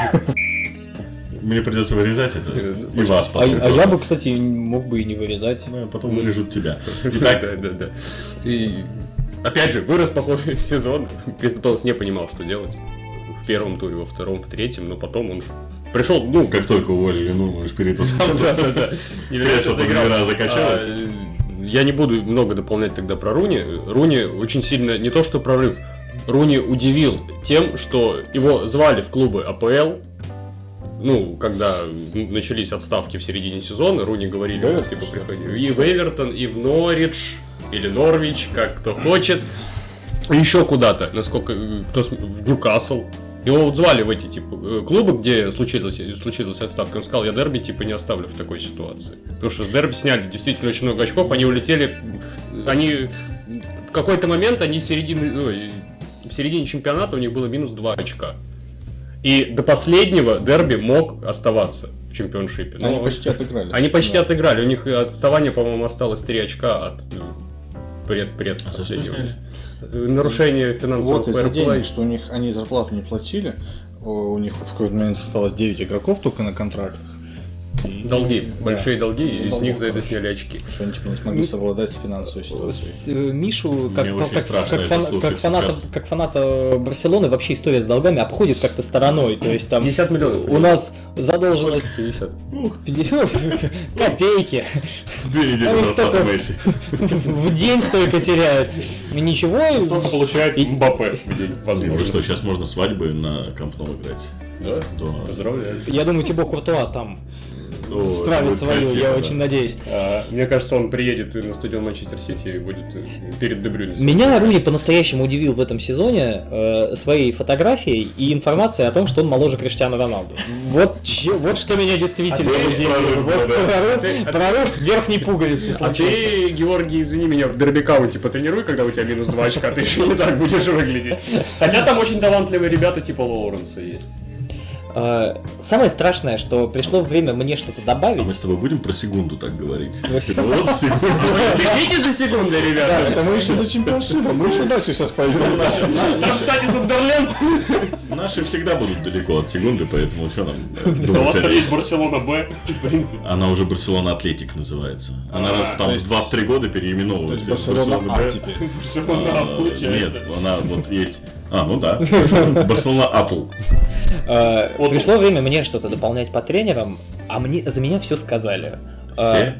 Мне придется вырезать это. И вас А потом. я бы, кстати, мог бы и не вырезать. Ну, потом вырежут тебя. Да. И опять же, вырос по ходу сезона. Кристал Пэлас не понимал, что делать. В первом туре, во втором, в третьем, но потом он пришел, Как только уволили Нурмана Шпириту Санту. Да. Кресло под Вейра закачалось. Я не буду много дополнять тогда про Руни. Руни очень сильно, не то что прорыв, Руни удивил тем, что его звали в клубы АПЛ. Ну, когда начались отставки в середине сезона, Руни говорили, Да, типа, приходи и в Эвертон, и в Норвич, или Норвич, как кто хочет. Еще куда-то, насколько в Ньюкасл. Его вот звали в эти типа клубы, где случилась отставка. Он сказал, я Дерби типа не оставлю в такой ситуации. Потому что с Дерби сняли действительно очень много очков, они улетели. Они в какой-то момент в середине чемпионата у них было минус 2 очка. И до последнего Дерби мог оставаться в чемпионшипе. Они почти отыграли. Они почти отыграли. У них отставание, по-моему, осталось 3 очка от предпоследнего. Нарушение финансового Вот из-за денег, что у них они зарплату не платили, у них в какой-то момент осталось 9 игроков только на контрактах. Долги, большие долги, и из Долгов, них за это короче. сняли очки. Что они типа не смогли совладать с финансовой ситуацией. Мишу, как, Мне очень страшно это слушать сейчас. как фаната Барселоны, вообще история с долгами обходит как-то стороной. То есть там 50 миллионов. у нас задолженность 50. копейки. 2 недели Они назад столько- Месси. В день столько теряют. И ничего. Сколько получает Мбаппе в день, Ну возможно. что, сейчас можно свадьбы на Камп Ноу играть. Да? Да. Поздравляю. Я думаю, Тибо Куртуа там О, справит будет свою, красиво, я да. очень надеюсь. Мне кажется, он приедет на стадион Манчестер Сити и будет перед Де Брюйне. Меня Руни по-настоящему удивил в этом сезоне своей фотографией и информацией о том, что он моложе Криштиану Роналду. Вот что меня действительно удивило. Вот прорыв верхней пуговицы А случился. ты, Георгий, извини меня, в Дерби Каунти потренируй, когда у тебя минус 2 очка, ты еще не так будешь выглядеть. Хотя там очень талантливые ребята типа Лоуренса есть. Самое страшное, что пришло время мне что-то А добавить. мы с тобой будем про секунду так говорить? Про секунду. Вот секунду. Следите за секундой, ребята. Это мы еще до чемпионшипа, мы еще дальше сейчас пойдем. Там, кстати, Сандерленд. Наши всегда будут далеко от секунды, поэтому что нам У вас думать о там ней? есть Барселона Б, в принципе. Она уже Барселона Атлетик называется. Она раз то там есть- в 2-3 года переименовывается. Барселона Б. А теперь. Барселона А, Нет, получается. она вот есть. Ну да. Барселона Атл. Пришло время мне что-то дополнять по тренерам, а за меня все сказали. Все?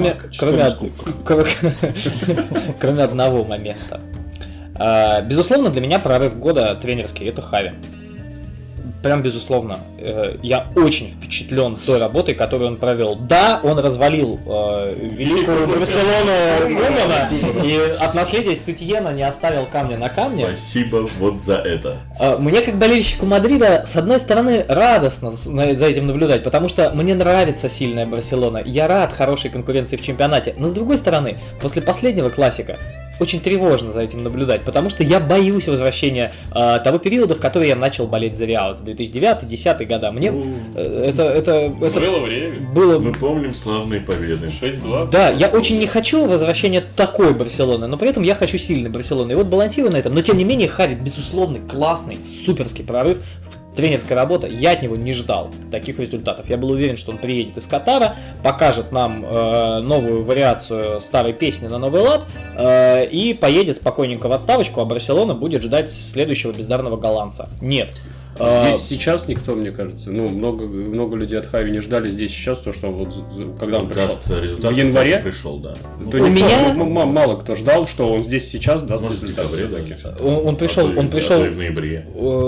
Кроме одного момента. Безусловно, для меня прорыв года тренерский — это Хави. Прям безусловно. Я очень впечатлен той работой, которую он провел. Да, он развалил великую Барселону Кумана и от наследия Сетьена не оставил камня на камне. Спасибо вот за это. Мне, как болельщику Мадрида, с одной стороны, радостно за этим наблюдать, потому что мне нравится сильная Барселона. Я рад хорошей конкуренции в чемпионате. Но с другой стороны, после последнего классика очень тревожно за этим наблюдать, потому что я боюсь возвращения того периода, в который я начал болеть за Реал. Это 2009-2010 года. Мне это было время. Мы помним славные победы. 6-2. Да, я очень не хочу возвращения такой Барселоны, но при этом я хочу сильной Барселоны. И вот балансирую на этом. Но тем не менее, Хави безусловный, классный, суперский прорыв. Тренерская работа, я от него не ждал таких результатов. Я был уверен, что он приедет из Катара, покажет нам новую вариацию старой песни на новый лад и поедет спокойненько в отставочку, а Барселона будет ждать следующего бездарного голландца. Нет. Здесь сейчас никто, мне кажется, много людей от Хави не ждали. Здесь сейчас то, что вот когда он пришел в январе пришел, да. То никто, мало кто ждал, что он здесь сейчас даст результат. Он пришел в ноябре.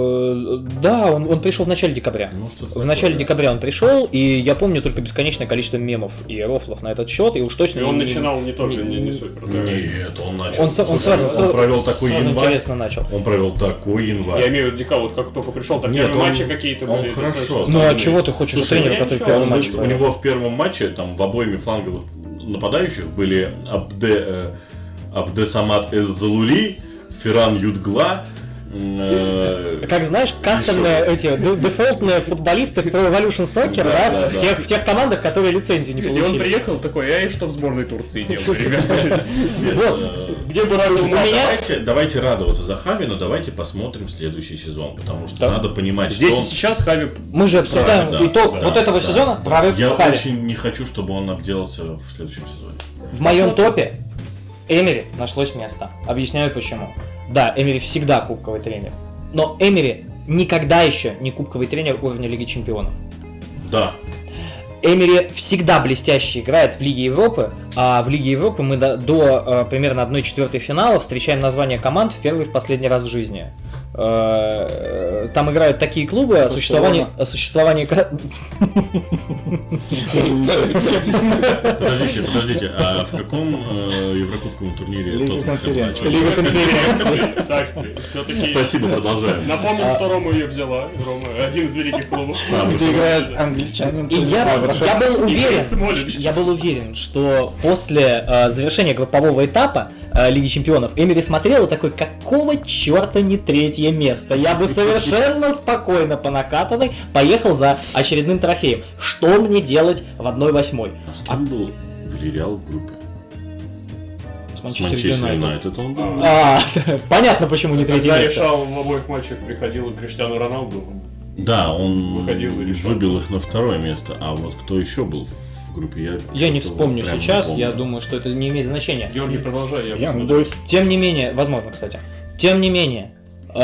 Да, он пришел в начале декабря. В начале декабря он пришел, и я помню только бесконечное количество мемов и рофлов на этот счет, и уж точно. И он начинал не супер. Нет, он начал. Он провел такой январь. Интересно начал. Он провел такой январь. Я имею в виду, вот как только пришел, так первые матчи какие-то были. Он хорошо. Ну а чего ты хочешь от тренера, который первый матч провел? У него в первом матче там в обоими фланговых нападающих были Абдесамат Эль-Залули, Ферран Юдгла. Как знаешь, кастомные дефолтные футболисты в Pro Evolution Soccer, да, в тех командах, которые лицензию не получили. И он приехал такой, что в сборной Турции делаю, ребята? Где бы Давайте радоваться за Хави, но давайте посмотрим следующий сезон, потому что надо понимать, что... Здесь и сейчас Хави... Мы же обсуждаем итог вот этого сезона, прорыв Хави. Я очень не хочу, чтобы он обделался в следующем сезоне. В моем топе Эмери нашлось место. Объясняю почему. Да, Эмери всегда кубковый тренер, но Эмери никогда еще не кубковый тренер уровня Лиги Чемпионов. Да. Эмери всегда блестяще играет в Лиге Европы, а в Лиге Европы мы до примерно 1/4 финала встречаем название команд в первый и в последний раз в жизни. Там играют такие клубы, о существовании... Подождите, а в каком еврокубковом турнире Лига конференции? Лига конференции. Так, все-таки... Спасибо, продолжаем. Напомним, что Рома ее взяла. Рома один из великих клубов. Где играет англичанин. И я был уверен, что после завершения группового этапа Лиги Чемпионов Эмери смотрел и такой, какого черта не третье место? Я бы совершенно спокойно по накатанной поехал за очередным трофеем. Что мне делать в 1/8? А с кем был Вильяреал в группе? С Манчестер Юнайтед он был. Понятно, почему не третье место. Когда решал в обоих матчах, приходил Криштиану Роналду. Да, он выбил их на второе место. А вот кто еще был в группе? Я не вспомню сейчас, я думаю, что это не имеет значения. Георгий, продолжай. Тем не менее, возможно, кстати. Тем не менее,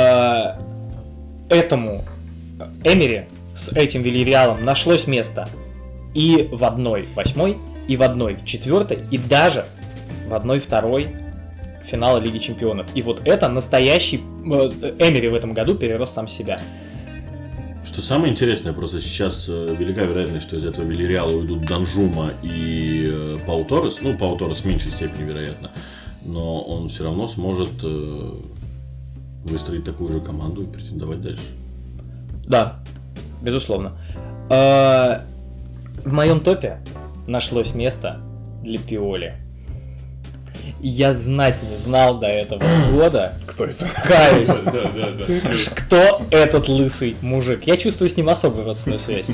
этому Эмери с этим Вильяреалом нашлось место и в 1/8, и в 1/4, и даже в 1/2 финала Лиги Чемпионов. И вот это настоящий Эмери в этом году перерос сам себя. Что самое интересное, просто сейчас велика вероятность, что из этого Вильяреала уйдут Данжума и Пау Торрес. Ну, Пау Торрес в меньшей степени вероятно, но он все равно сможет выстроить такую же команду и претендовать дальше. Да, безусловно. В моем топе нашлось место для Пиоли. Я знать не знал до этого года. Кто это? Каюсь. Кто этот лысый мужик? Я чувствую с ним особую родственную связь.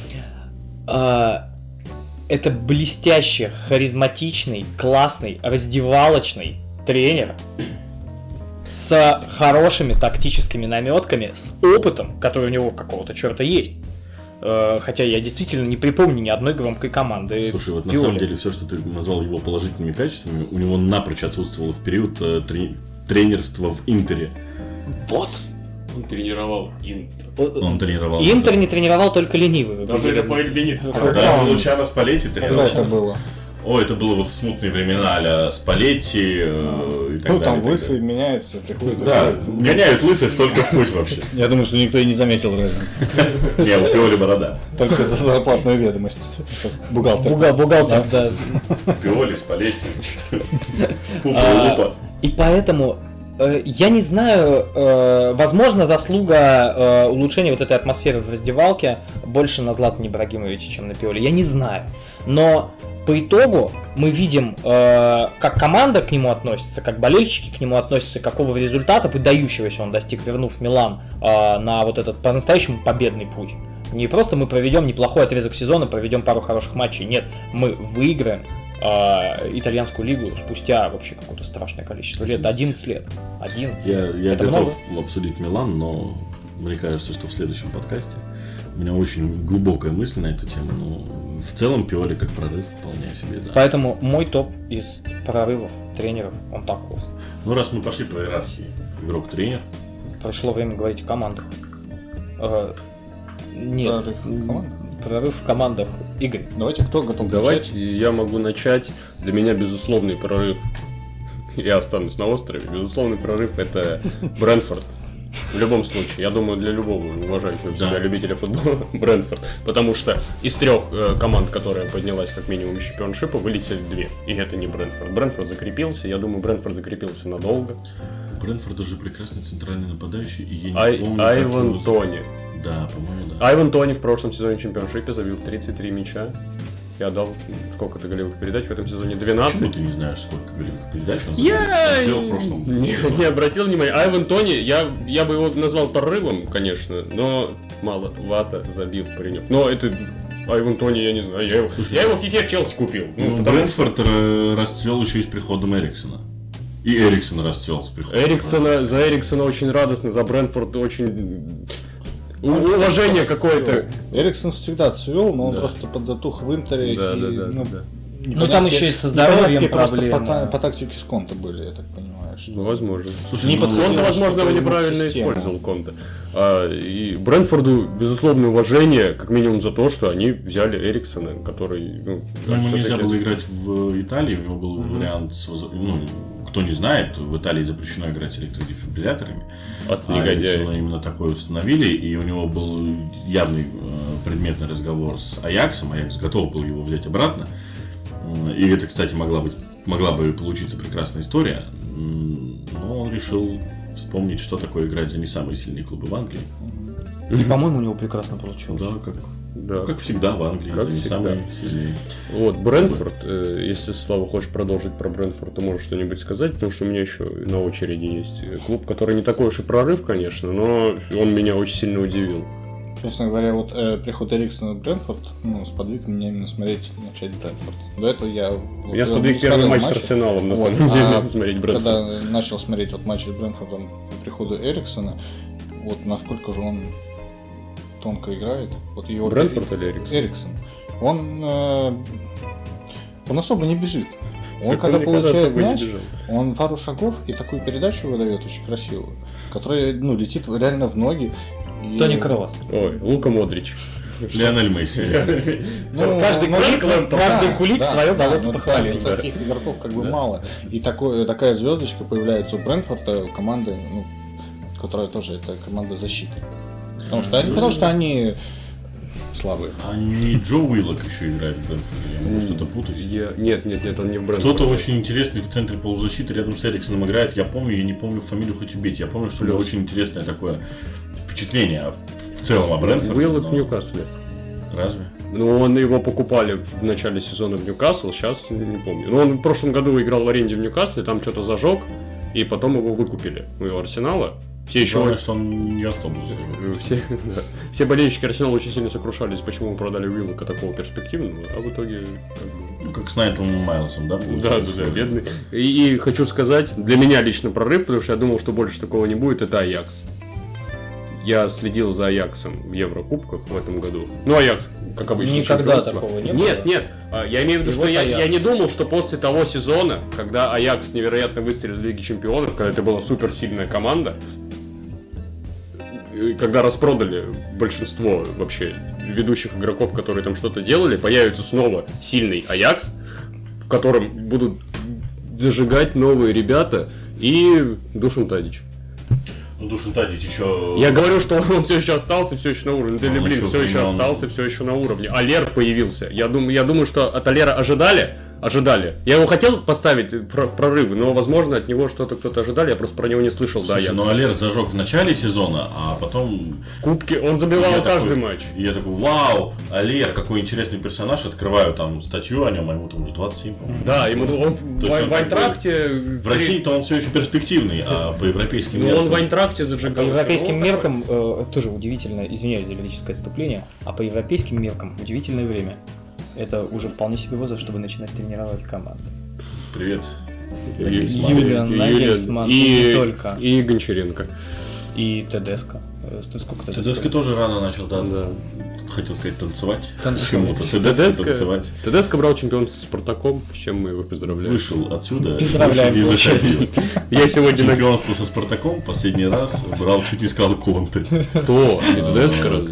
Это блестящий, харизматичный, классный, раздевалочный тренер с хорошими тактическими наметками, с опытом, который у него какого-то черта есть. Хотя я действительно не припомню ни одной громкой команды. Слушай, вот на самом деле все, что ты назвал его положительными качествами, у него напрочь отсутствовало в период тренерства в Интере. Вот. Он тренировал Интер. Интер не тренировал только ленивый. Даже Рафаэль Бенитес. Да, Лучано Спалетти тренировал. Когда это было? это было вот в смутные времена а-ля Спалетти и так далее. там лысый меняется, приходит. Да, гоняют лысых только в путь вообще. Я думаю, что никто и не заметил разницы. Не, у Пиоли борода. Только за зарплатную ведомость. Бухгалтер. Бухгалтер, да. Пиоли, Спалетти. Пупа. И поэтому я не знаю, возможно, заслуга улучшения вот этой атмосферы в раздевалке больше на Златане Ибрагимовиче, чем на Пиоле. Я не знаю. Но по итогу мы видим, как команда к нему относится, как болельщики к нему относятся, какого результата выдающегося он достиг, вернув Милан на вот этот по-настоящему победный путь. Не просто мы проведем неплохой отрезок сезона, проведем пару хороших матчей. Нет, мы выиграем итальянскую лигу спустя вообще какое-то страшное количество лет. 11 лет. 11 лет. Я Это готов много? обсудить Милан, но мне кажется, что в следующем подкасте у меня очень глубокая мысль на эту тему. Но в целом Пиоли как прорыв вполне себе, да. Поэтому мой топ из прорывов тренеров, он таков. Ну, раз мы пошли по иерархии, игрок-тренер. Пришло время говорить о командах. Нет. Прорыв в командах? Прорыв в командах. Игорь. Давайте, кто готов Давайте, я могу начать. Для меня безусловный прорыв. Я останусь на острове. Безусловный прорыв — это Брентфорд. В любом случае, я думаю, для любого уважающего себя любителя футбола Брентфорд. Потому что из 3 команд, которая поднялась как минимум из чемпионшипа, вылетели 2. И это не Брентфорд. Брентфорд закрепился. Я думаю, Брентфорд закрепился надолго. У Брентфорда же прекрасный центральный нападающий. И я не помню, Айван Тони. Да, по-моему, да. Айван Тони в прошлом сезоне в чемпионшипе забил 33 мяча. Я дал сколько-то голевых передач в этом сезоне? 12. Почему ты не знаешь, сколько голевых передач он Я сделал в прошлом сезоне? не обратил внимания. Айван Тони, я бы его назвал прорывом, конечно, но маловато забил паренек. Но это Айван Тони, я не знаю, я его в FIFA Челси купил. Брентфорд расцвел еще и с приходом Эриксона. И Эриксон расцвел с приходом. За Эриксона очень радостно, за Брентфорд очень... Уважение какое-то. Эриксон всегда цвел, но он просто подзатух в Интере. Ну там еще и со здоровьем проблемы. По тактике с Конте были, я так понимаю. Что... Возможно. Слушай, Конте, возможно, его неправильно использовал Конте. И Брентфорду безусловное уважение, как минимум за то, что они взяли Эриксона, который... ему нельзя было играть в Италии, у него был вариант с... Кто не знает, в Италии запрещено играть с электродефибрилляторами. От негодяя. Именно такое установили, и у него был явный предметный разговор с Аяксом. Аякс готов был его взять обратно. И это, кстати, могла бы получиться прекрасная история. Но он решил вспомнить, что такое играть за не самые сильные клубы в Англии. И, по-моему, у него прекрасно получилось. Как всегда в Англии, как не всегда. самые сильные. Вот, Брентфорд, если, Слава, хочешь продолжить про Брентфорд, ты можешь что-нибудь сказать, потому что у меня еще на очереди есть клуб, который не такой уж и прорыв, конечно, но он меня очень сильно удивил. Честно говоря, вот приход Эриксона в Брентфорд сподвиг меня именно смотреть, начать Брентфорд. До этого я сподвиг первый матч с Арсеналом, на самом деле, смотреть Брентфорд. Когда начал смотреть матч с Брентфордом по приходу Эриксона, вот насколько же он тонко играет. Вот его Брентфорд или Эриксон? Эриксон. Он особо не бежит. Он когда получает мяч, он пару шагов и такую передачу выдает очень красивую, которая летит реально в ноги. Тони Кросс. Ой, Лука Модрич. Лионель Месси. Каждый кулик свое болото похвалил. Таких игроков как бы мало. И такая звездочка появляется у Брентфорда, команды, которая тоже это команда защиты. Потому что они слабые. А не Джо Уиллок еще играет в Брентфорде? Я могу что-то путать? Нет, он не в Брентфорде. Кто-то очень интересный в центре полузащиты рядом с Эриксоном играет. Я не помню фамилию, хоть убейте. Я помню, что было очень интересное такое впечатление в целом о Брентфорде. Уиллок в Ньюкасле. Разве? Он его покупали в начале сезона в Ньюкасл, сейчас не помню. Но он в прошлом году играл в аренде в Ньюкасле, там что-то зажег, и потом его выкупили у Арсенала. Главное, что он не автобус. Все болельщики Арсенала очень сильно сокрушались, почему мы продали Уиллока такого перспективного, а в итоге... Как с Найтом Майлсом, да? Да, бедный. И хочу сказать, для меня лично прорыв, потому что я думал, что больше такого не будет, это Аякс. Я следил за Аяксом в Еврокубках в этом году. Аякс, как обычно. Никогда такого не было. Нет. Я имею в виду, что я не думал, что после того сезона, когда Аякс невероятно выстрелил в Лиге Чемпионов, когда это была суперсильная команда, когда распродали большинство вообще ведущих игроков, которые там что-то делали, появится снова сильный Аякс в котором будут зажигать новые ребята, и Душан Тадич. Ну, Душан Тадич еще... Я говорю, что он все еще остался, все еще на уровне. Ты, блин, еще все еще остался, все еще на уровне. Алер появился. Я думаю, что от Алера ожидали. Я его хотел поставить в прорывы, но, возможно, от него что-то кто-то ожидали, я просто про него не слышал. Слушай, но Алер зажег в начале сезона, а потом... В кубке он забивал каждый матч. И я такой, вау, Алер, какой интересный персонаж, открываю там статью о нем, а ему там уже 27, по-моему. Да, он в Айнтрахте... В России-то он все еще перспективный, а по европейским меркам... он в Айнтрахте зажигал. По европейским меркам, тоже удивительно, извиняюсь за лирическое отступление, а по европейским меркам удивительное время. Это уже вполне себе возраст, чтобы начинать тренировать команду. Привет. Юлиан Нагельсман, и не только. И Гончаренко. И Тедеско. Сколько Тедеско тоже рано начал, да. Хотел сказать танцевать. Почему-то. Тедеско танцевать. Тедеско брал чемпионство с Спартаком, с чем мы его поздравляем. Вышел отсюда. Поздравляем. Я сегодня чемпионство со Спартаком последний раз брал, чуть не сказал Конте. Кто? Тедеско разве?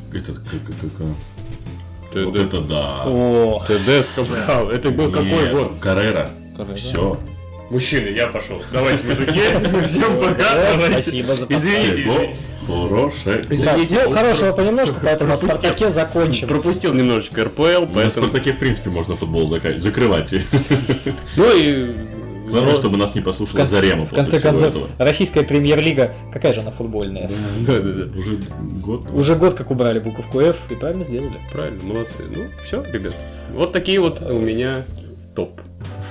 Вот это да. Тедеско брал. Это был какой год? Каррера. Все. Мужчины, я пошел. Давайте, мужики. Всем пока. Спасибо за подкаст. Извините. Хорошее. Извините. Ну, хорошего понемножку, поэтому о Спартаке закончим. Пропустил немножечко РПЛ, поэтому... На Спартаке, в принципе, можно футбол закрывать. Ну и... Главное, чтобы нас не послушала Зарема. В конце концов, российская премьер-лига, какая же она футбольная? Да. Уже год как убрали буковку F, и правильно сделали. Правильно, молодцы. Ну, все, ребят. Вот такие вот у меня топ.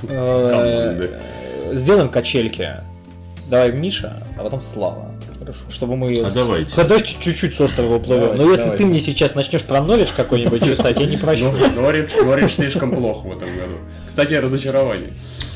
Сделаем качельки. Давай Миша, а потом Слава. Хорошо. Чтобы мы... давайте. Давай чуть-чуть с острова уплывем. Но если ты мне сейчас начнешь про Норвич какой-нибудь чесать, я не прощу. Норвич слишком плохо в этом году. Кстати, разочарование.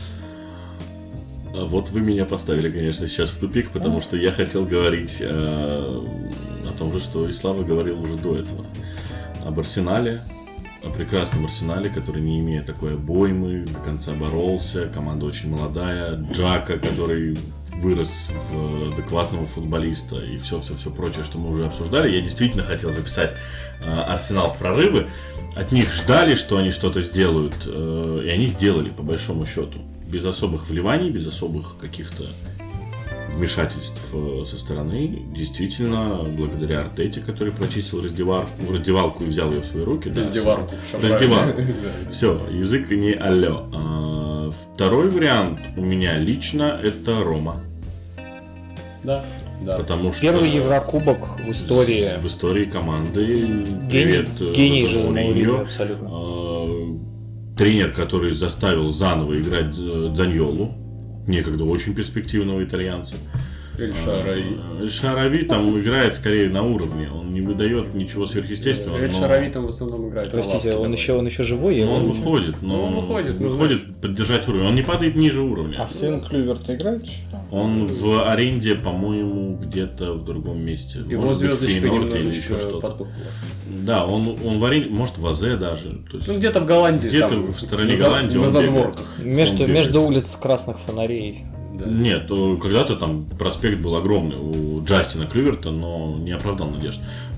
Вот вы меня поставили, конечно, сейчас в тупик, потому что я хотел говорить о том же, что и Слава говорил уже до этого. Об Арсенале, о прекрасном Арсенале, который, не имея такой обоймы, до конца боролся, команда очень молодая, Джака, который вырос в адекватного футболиста и все прочее, что мы уже обсуждали. Я действительно хотел записать Арсенал в прорывы. От них ждали, что они что-то сделают, и они сделали, по большому счету. Без особых вливаний, без особых каких-то вмешательств со стороны. Действительно, благодаря Артете, который прочистил раздевалку и взял ее в свои руки. Раздевалку. Все, язык не алло. Второй вариант у меня лично это Рома. Да. Потому что первый Еврокубок в истории. В истории команды. Гений же Мауриньо, абсолютно. Тренер, который заставил заново играть Дзаньолу, некогда очень перспективного итальянца. Эль Шарави там играет скорее на уровне, он не выдает ничего сверхъестественного. Эль Шарави там в основном играет. Простите, он еще живой? Он выходит, выходит поддержать уровень, он не падает ниже уровня. А сын Клюверта играет? Он в аренде, по-моему, где-то в другом месте. Его может быть, в звездочка Фейнорде или еще что-то. Да, он в аренде, может в АЗ даже. То есть, где-то в Голландии. Где-то в стороне Голландии. На задворках. Между улиц красных фонарей. Да. Нет, когда-то там проспект был огромный у Джастина Клюверта, но не оправдал надежд.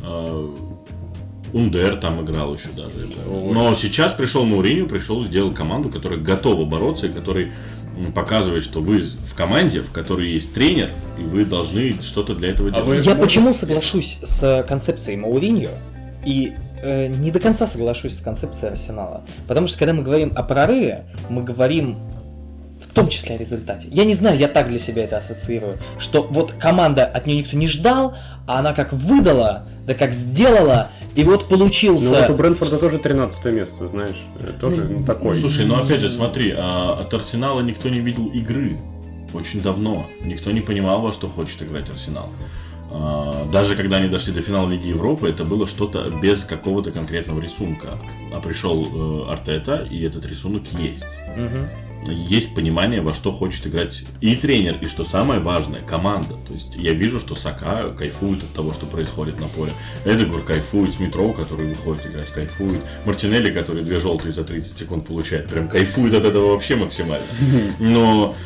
Ундер там играл еще даже. Но сейчас пришел Мауриньо, сделал команду, которая готова бороться и который показывает, что вы в команде, в которой есть тренер, и вы должны что-то для этого делать. Я почему соглашусь с концепцией Мауриньо и не до конца соглашусь с концепцией Арсенала? Потому что когда мы говорим о прорыве, мы говорим в том числе о результате. Я не знаю, я так для себя это ассоциирую, что вот команда, от нее никто не ждал, а она как выдала, да как сделала, и вот получился... Ну вот у Брентфорда тоже 13 место, знаешь, тоже такой. Слушай, ну опять же, смотри, от Арсенала никто не видел игры очень давно, никто не понимал, во что хочет играть Арсенал. Даже когда они дошли до финала Лиги Европы, это было что-то без какого-то конкретного рисунка. А пришел Артета, и этот рисунок есть. Есть понимание, во что хочет играть и тренер, и, что самое важное, команда. То есть я вижу, что Сака кайфует от того, что происходит на поле. Эдегор кайфует, Смит-Роу, который выходит играть, кайфует. Мартинелли, который 2 желтые за 30 секунд получает, прям кайфует от этого вообще максимально. Но...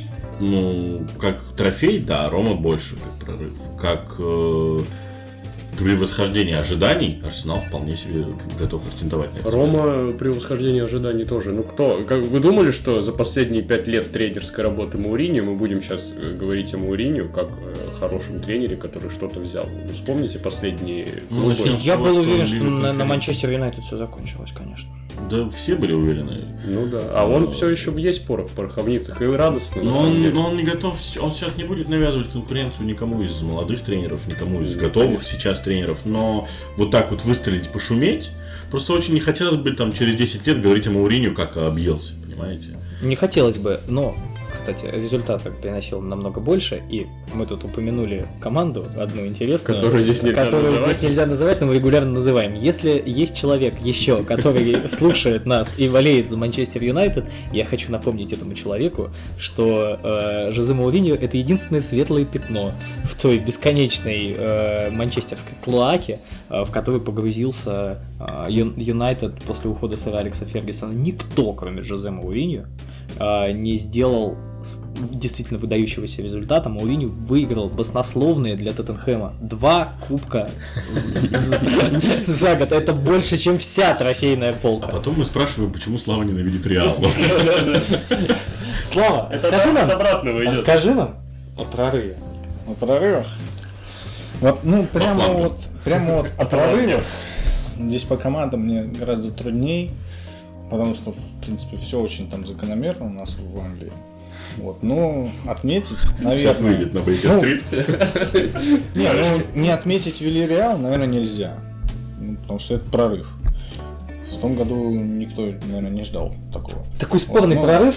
Ну, как трофей, да, Рома больше как прорыв. Как превосхождение ожиданий Арсенал вполне себе готов претендовать на это. Рома превосхождение ожиданий тоже. Ну кто? Как вы думали, что за последние 5 лет тренерской работы Мауриньо, мы будем сейчас говорить о Мауриньо как о хорошем тренере, который что-то взял? Вы вспомните последние клубы. Я был уверен, что Лигу на Манчестер Юнайтед все закончилось, конечно. Да, все были уверены. Ну да. А он все еще есть порох в пороховницах, и радостно, на самом деле. Но он не готов, он сейчас не будет навязывать конкуренцию никому из молодых тренеров, никому из готовых сейчас тренеров, но вот так вот выстрелить, пошуметь, просто очень не хотелось бы там через 10 лет говорить о Мауриньо как о Бьелсе, понимаете? Не хотелось бы, но, кстати, результаты приносил намного больше, и мы тут упомянули команду одну интересную, Которую здесь нельзя называть. но мы регулярно называем. Если есть человек еще, который слушает нас и болеет за Манчестер Юнайтед, я хочу напомнить этому человеку, что Жозе Мауриньо — это единственное светлое пятно в той бесконечной манчестерской клоаке, в которой погрузился Юнайтед после ухода сэра Алекса Фергюсона. Никто, кроме Жозе Мауриньо, не сделал действительно выдающегося результата. Мауриньо выиграл баснословные для Тоттенхэма 2 кубка за год. Это больше, чем вся трофейная А полка. потом мы спрашиваем, почему Слава ненавидит Реал. Слава, скажи нам о прорыве. О прорывах. Вот, прямо вот о прорывах. Здесь по командам мне гораздо трудней, потому что, в принципе, все очень там закономерно у нас в Англии. Вот, ну, отметить, наверное... Сейчас выйдет на Бейкер-стрит. Не отметить Вильяреал, наверное, нельзя. Потому что это прорыв. В том году никто, наверное, не ждал такого. Такой спорный прорыв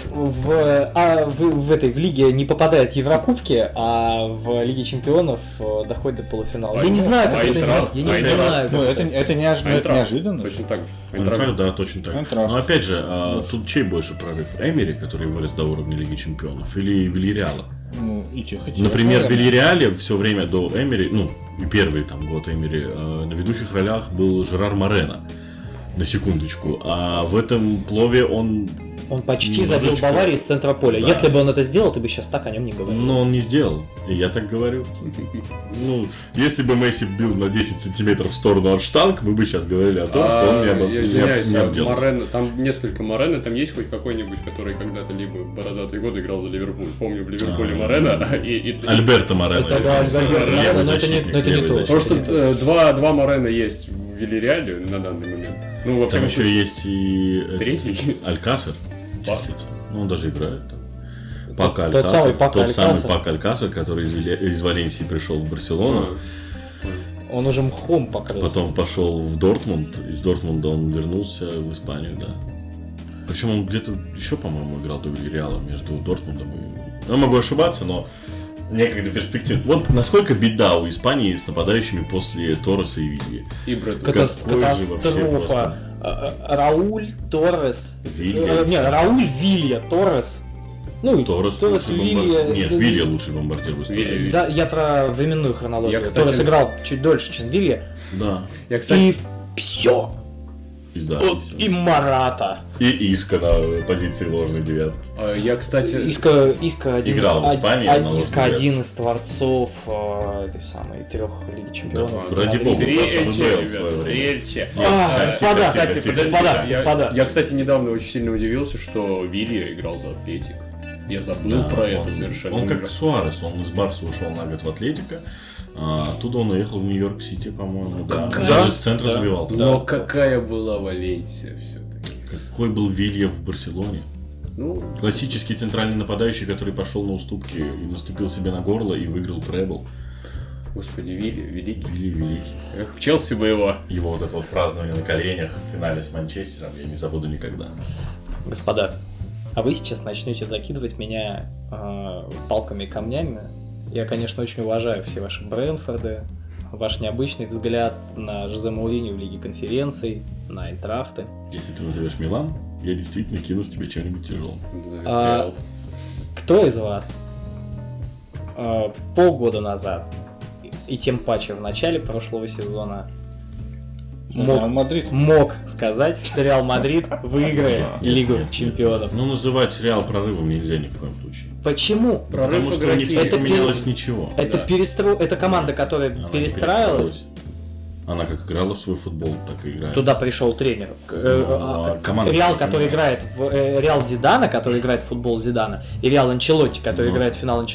в лиге не попадает в Еврокубки, а в Лиге Чемпионов доходит до полуфинала. Я не знаю, как это назвать. Я не знаю. Это неожиданно. Точно так же. Айнтрахт, да, точно так. Но опять же, тут чей больше прорыв? Эмери, который вырос до уровня Лиги Чемпионов, или Вильяреала? Ну, и тех, и тех. Например, в Вильяреале все время до Эмери, ну, и первый там год Эмери, на ведущих ролях был Жерар Морено. На секундочку. А в этом плове он почти забил Баварии с центра поля. Да. Если бы он это сделал, ты бы сейчас так о нем не говорил. Но он не сделал. И я так говорю. Ну, если бы Месси бил на 10 сантиметров в сторону от штанг, мы бы сейчас говорили о том, что он не обделался. Морено, там несколько Морено, там есть хоть какой-нибудь, который когда-то либо в бородатые годы играл за Ливерпуль. Помню, в Ливерпуле Морено. Альберто Морено. Это да, Альберто Морено, но это не то. Потому что два Морено есть в Вильяреале на данный момент. Ну, во Там всяком еще есть и третий. Алькасер числится. Ну, он даже играет там. Тот самый Пак Алькасер, который из Валенсии пришел в Барселону. Он уже мхом покрылся. Потом пошел в Дортмунд. Из Дортмунда он вернулся в Испанию, да. Причем он где-то еще, по-моему, играл до Вильяреала между Дортмундом и... Я могу ошибаться, но некогда перспектив. Вот насколько беда у Испании с нападающими после Торреса и Вильи. И Брэд. Катастрофа. Рауль, Торрес. Рауль, Вилья, Торрес. Ну, Торрес Вилья. Нет, Вилья лучший бомбардир в истории. Да, я про временную хронологию. Торрес играл чуть дольше, чем Вилья. Да. И все. И Марата. И Иска на позиции ложной девятки. Я, кстати... Иска один из творцов этой самой 3 Лиги Чемпионов. Ради бога, Господа. Я, кстати, недавно очень сильно удивился, что Вилья играл за Атлетик. Я забыл про это совершенно. Он как Суарес, он из Барса ушел на год в Атлетико. Оттуда он уехал в Нью-Йорк-Сити, по-моему. Даже с центра забивал. Но какая была Валенсия все-таки. Какой был Вилья в Барселоне. Ну, классический центральный нападающий, который пошел на уступки и наступил себе на горло и выиграл требл. Господи, Вилли, великий. Вилли великий. Эх, в Челси бы его. Его вот это вот празднование на коленях в финале с Манчестером я не забуду никогда. Господа, а вы сейчас начнете закидывать меня палками и камнями. Я, конечно, очень уважаю все ваши Брэнфорды, ваш необычный взгляд на Жозе Мауриньо в Лиге Конференций, на Айнтрахты. Если ты назовешь Милан, я действительно кину в тебя чем-нибудь тяжелым. Кто из вас полгода назад и тем паче в начале прошлого сезона мог сказать, что Реал Мадрид выиграет Лигу Чемпионов? Ну, называть Реал прорывом нельзя ни в коем случае. Почему? Потому что у них не поменялось ничего. Это команда, которая перестраивалась. Она как играла в свой футбол, так и играет. Туда пришел тренер. Команда Реал, очень который нравится. играет в Реал Зидана, который играет в футбол Зидана, и Реал Анчелотти, который Ну. играет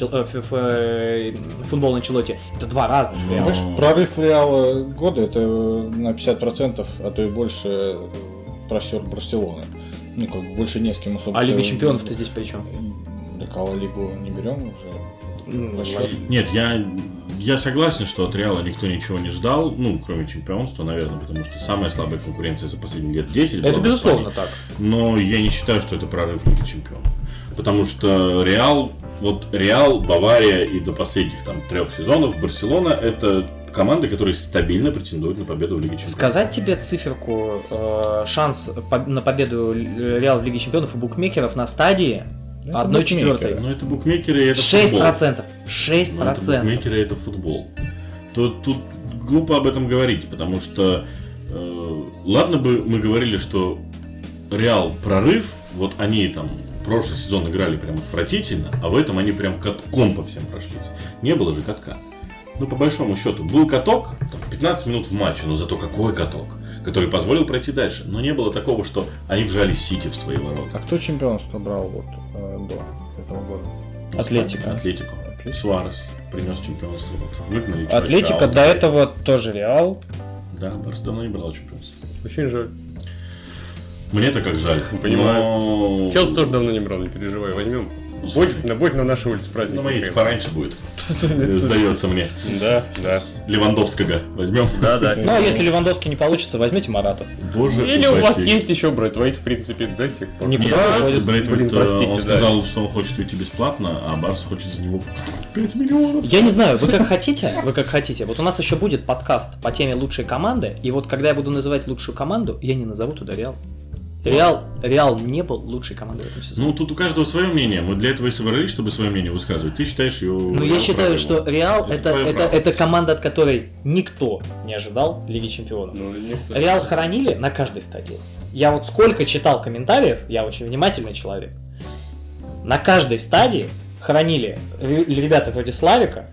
футбол Анчелотти. Это два разных Ну. Реала. Знаешь, прорыв Реала года это на 50%, а то и больше просер Барселоны. Ну, как бы больше не с кем особо. А Лига Чемпионов-то здесь при чем? Так, а Лигу не берем уже. Расчет. Нет, я согласен, что от Реала никто ничего не ждал, ну, кроме чемпионства, наверное, потому что самая слабая конкуренция за последние лет 10 была Это в безусловно Испании. так. Но я не считаю, что это прорыв Лиги Чемпионов. Потому что Реал, Бавария и до последних там 3 сезонов Барселона — это команды, которые стабильно претендуют на победу в Лиге Чемпионов. Сказать тебе циферку, шанс на победу Реал в Лиге Чемпионов у букмекеров на стадии Это 1/4. Но это букмекеры и это футбол. 6%. Но это 6%. букмекеры, это футбол. Тут глупо об этом говорить, потому что ладно бы мы говорили, что Реал прорыв, вот они там прошлый сезон играли прям отвратительно, а в этом они прям катком по всем прошлись. Не было же катка. Ну, по большому счету, был каток, там, 15 минут в матче, но зато какой каток, который позволил пройти дальше. Но не было такого, что они вжали Сити в свои ворота. А кто чемпионство брал вот до этого года? Атлетико. Атлетико. Суарес принес чемпионство. Вот. Выгнали Атлетика чувачка, до этого тоже Реал. Да, Барс давно не брал чемпионство. Очень жаль. Мне-то как жаль. Понимаю. Но... Челси тоже давно не брал, не переживай, возьмем. Будь на нашей улице праздник. Ну, мои пораньше будет. Сдается мне. Да, да. Левандовского возьмем. Да, да. Ну, а если Левандовский не получится, возьмите Марату. Боже Или у вас упаси. есть еще Брэйтвейт, в принципе, до сих пор. Не Нет, подходит. Брэйтвейт, простите, он да. сказал, что он хочет уйти бесплатно, а Барс хочет за него 5 миллионов. Я не знаю, вы как хотите. Вот у нас еще будет подкаст по теме лучшей команды, и вот когда я буду называть лучшую команду, я не назову туда Реал. Реал не был лучшей командой в этом сезоне. Ну, тут у каждого свое мнение. Мы для этого и собрались, чтобы свое мнение высказывать. Ты считаешь ее... Но я считаю, что Реал твое право. это команда, от которой никто не ожидал Лиги Чемпионов. Ну, никто. Реал хоронили на каждой стадии. Я вот сколько читал комментариев, я очень внимательный человек. На каждой стадии хоронили ребята вроде Славика,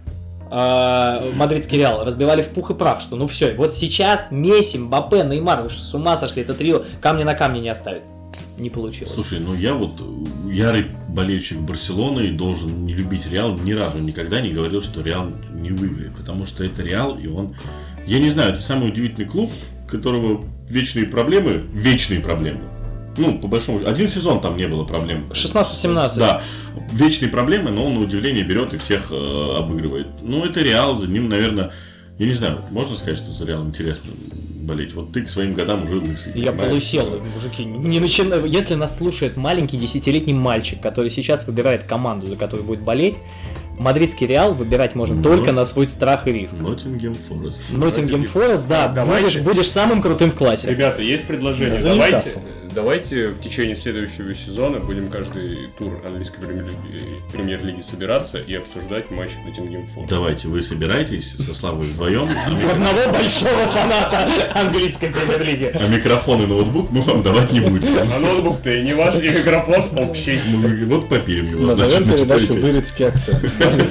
мадридский Реал, разбивали в пух и прах, что ну все, вот сейчас Месси, Мбаппе, Неймар, вы что, с ума сошли, это трио, камня на камне не оставит. Не получилось. Слушай, ну я вот ярый болельщик Барселоны и должен не любить Реал. Ни разу никогда не говорил, что Реал не выиграет. Потому что это Реал, и он... Я не знаю, это самый удивительный клуб, у которого вечные проблемы. Ну, по большому... Один сезон там не было проблем. 16-17. Да, вечные проблемы, но он на удивление берет и всех обыгрывает. Ну, это Реал, за ним, наверное... Я не знаю, можно сказать, что за Реал интересно болеть? Вот ты к своим годам уже лысый. Я понимаешь? полусел, мужики. Не начинаю. Если нас слушает маленький 10-летний мальчик, который сейчас выбирает команду, за которую будет болеть, мадридский Реал выбирать можно Ну, только на свой страх и риск. Ноттингем Форест. Ноттингем Форест, да, Давайте. будешь самым крутым в классе. Ребята, есть предложение. За Ньюкасл. Давайте в течение следующего сезона будем каждый тур английской премьер-лиги собираться и обсуждать матч Ноттингем Форест. Давайте, вы собираетесь со Славой вдвоем, Одного большого фаната английской премьер-лиги. а микрофон и ноутбук мы вам давать не будем. А ноутбук-то и не ваш, и микрофон общий. Мы вот попилим его. Назовем значит, передачу начнете. «Вырицкий акцент».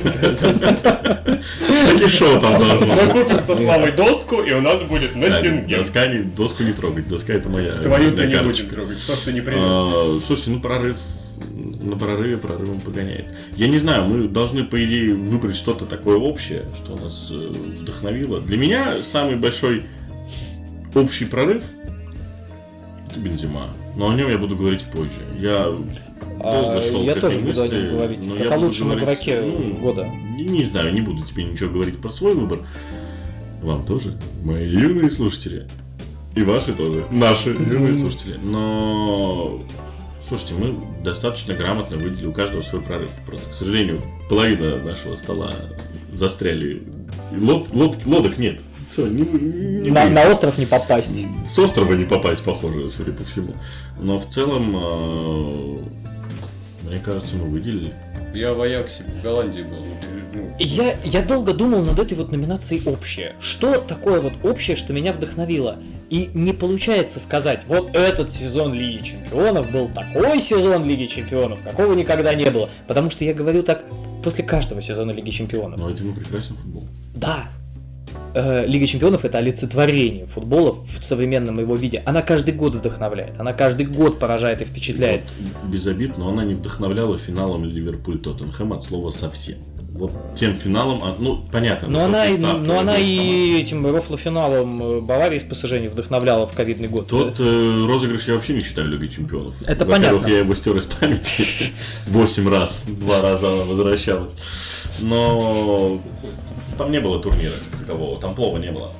Так и шоу там должно Мы быть. купим со Славой доску, и у нас будет Да, Ноттингем. доску не трогать, доска это моя. Твою-то не карточка. будем трогать, что ж ты не принес. Слушайте, ну прорыв на прорывом погоняет. Я не знаю, мы должны, по идее, выбрать что-то такое общее, что нас вдохновило. Для меня самый большой общий прорыв — это Бензема. Но о нем я буду говорить позже. Я долго шел Я к тоже этой буду о мысли, нем говорить, но как я о буду лучшем говорить, игроке ну, года. Не знаю, не буду тебе ничего говорить про свой выбор. Вам тоже, мои юные слушатели. И ваши тоже, наши юные слушатели. Но, слушайте, мы достаточно грамотно выделили у каждого свой прорыв. Просто, к сожалению, половина нашего стола застряли. Лодок нет. Все, не На остров не попасть. с острова не попасть, похоже, судя по всему. Но в целом, мне кажется, мы выделили. Я в Аяксе в Голландии был. Ну, Я долго думал над этой вот номинацией «Общее». Что такое вот общее, что меня вдохновило? И не получается сказать, вот этот сезон Лиги Чемпионов был такой сезон Лиги Чемпионов, какого никогда не было. Потому что я говорю так после каждого сезона Лиги Чемпионов. Но это мы прекрасен футбол. Да. Лига Чемпионов — это олицетворение футбола в современном его виде. Она каждый год вдохновляет, она каждый год поражает и впечатляет. Вот, без обид, но она не вдохновляла финалом Ливерпуль-Тоттенхэм от слова совсем. Вот тем финалом, ну, понятно. Но она и этим рофло-финалом Баварии с ПСЖ не вдохновляла в ковидный год. Тот розыгрыш я вообще не считаю Лигой Чемпионов. Это Во-первых, понятно. я его стер из памяти 8 раз, 2 раза она возвращалась. Но там не было турнира как такового, там плова не было.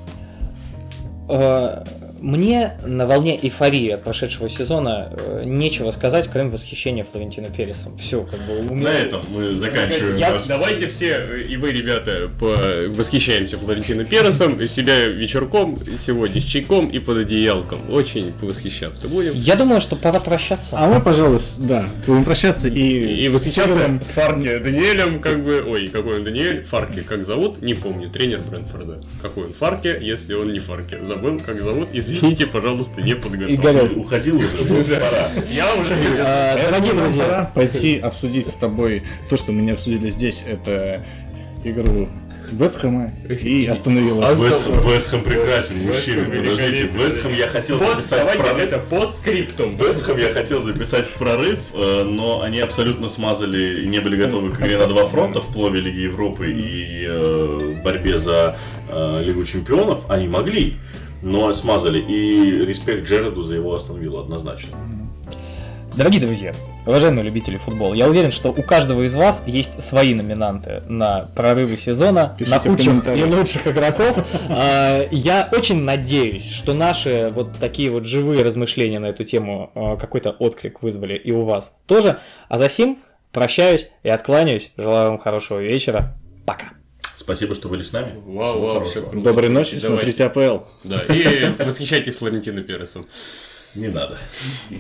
Мне на волне эйфории от прошедшего сезона нечего сказать, кроме восхищения Флорентино Пересом. Все, как бы у меня... На этом мы заканчиваем. Давайте все, и вы, ребята, восхищаемся Флорентино Пересом, себя вечерком, сегодня с чайком и под одеялком. Очень восхищаться будем. Я думаю, что пора прощаться. А мы, пожалуй, да, будем прощаться И восхищаться Фарке Даниэлем, как бы... Ой, какой он Даниэль? Фарке, как зовут? Не помню, тренер Брентфорда. Какой он Фарке, если он не Фарке? Забыл, как зовут? Извините, пожалуйста, не подготовлен. Игорь, Уходил уже, пора. Я уже... дорогие друзья, пора пойти обсудить с тобой то, что мы не обсудили здесь. Это игру Вестхэма и Астон Вилла. Вестхэм прекрасен, мужчина. Подождите, Вестхэм я хотел записать в прорыв. Это постскриптум. Вестхэм я хотел записать в прорыв, но они абсолютно смазали и не были готовы к игре на два фронта в плове Лиги Европы и борьбе за Лигу Чемпионов. Они могли, но смазали. И респект Джераду за его Астон Виллу однозначно. дорогие друзья, уважаемые любители футбола, я уверен, что у каждого из вас есть свои номинанты на прорывы сезона, Пишите на в худших и комментариях. лучших игроков. Я очень надеюсь, что наши вот такие вот живые размышления на эту тему какой-то отклик вызвали и у вас тоже. А за сим прощаюсь и откланяюсь. Желаю вам хорошего вечера. Пока. Спасибо, что были с нами. Вау, Всего вау, хорошего. все круто. Доброй ночи, Давайте. смотрите АПЛ. Да, и восхищайтесь Флорентино Пересом. Не надо.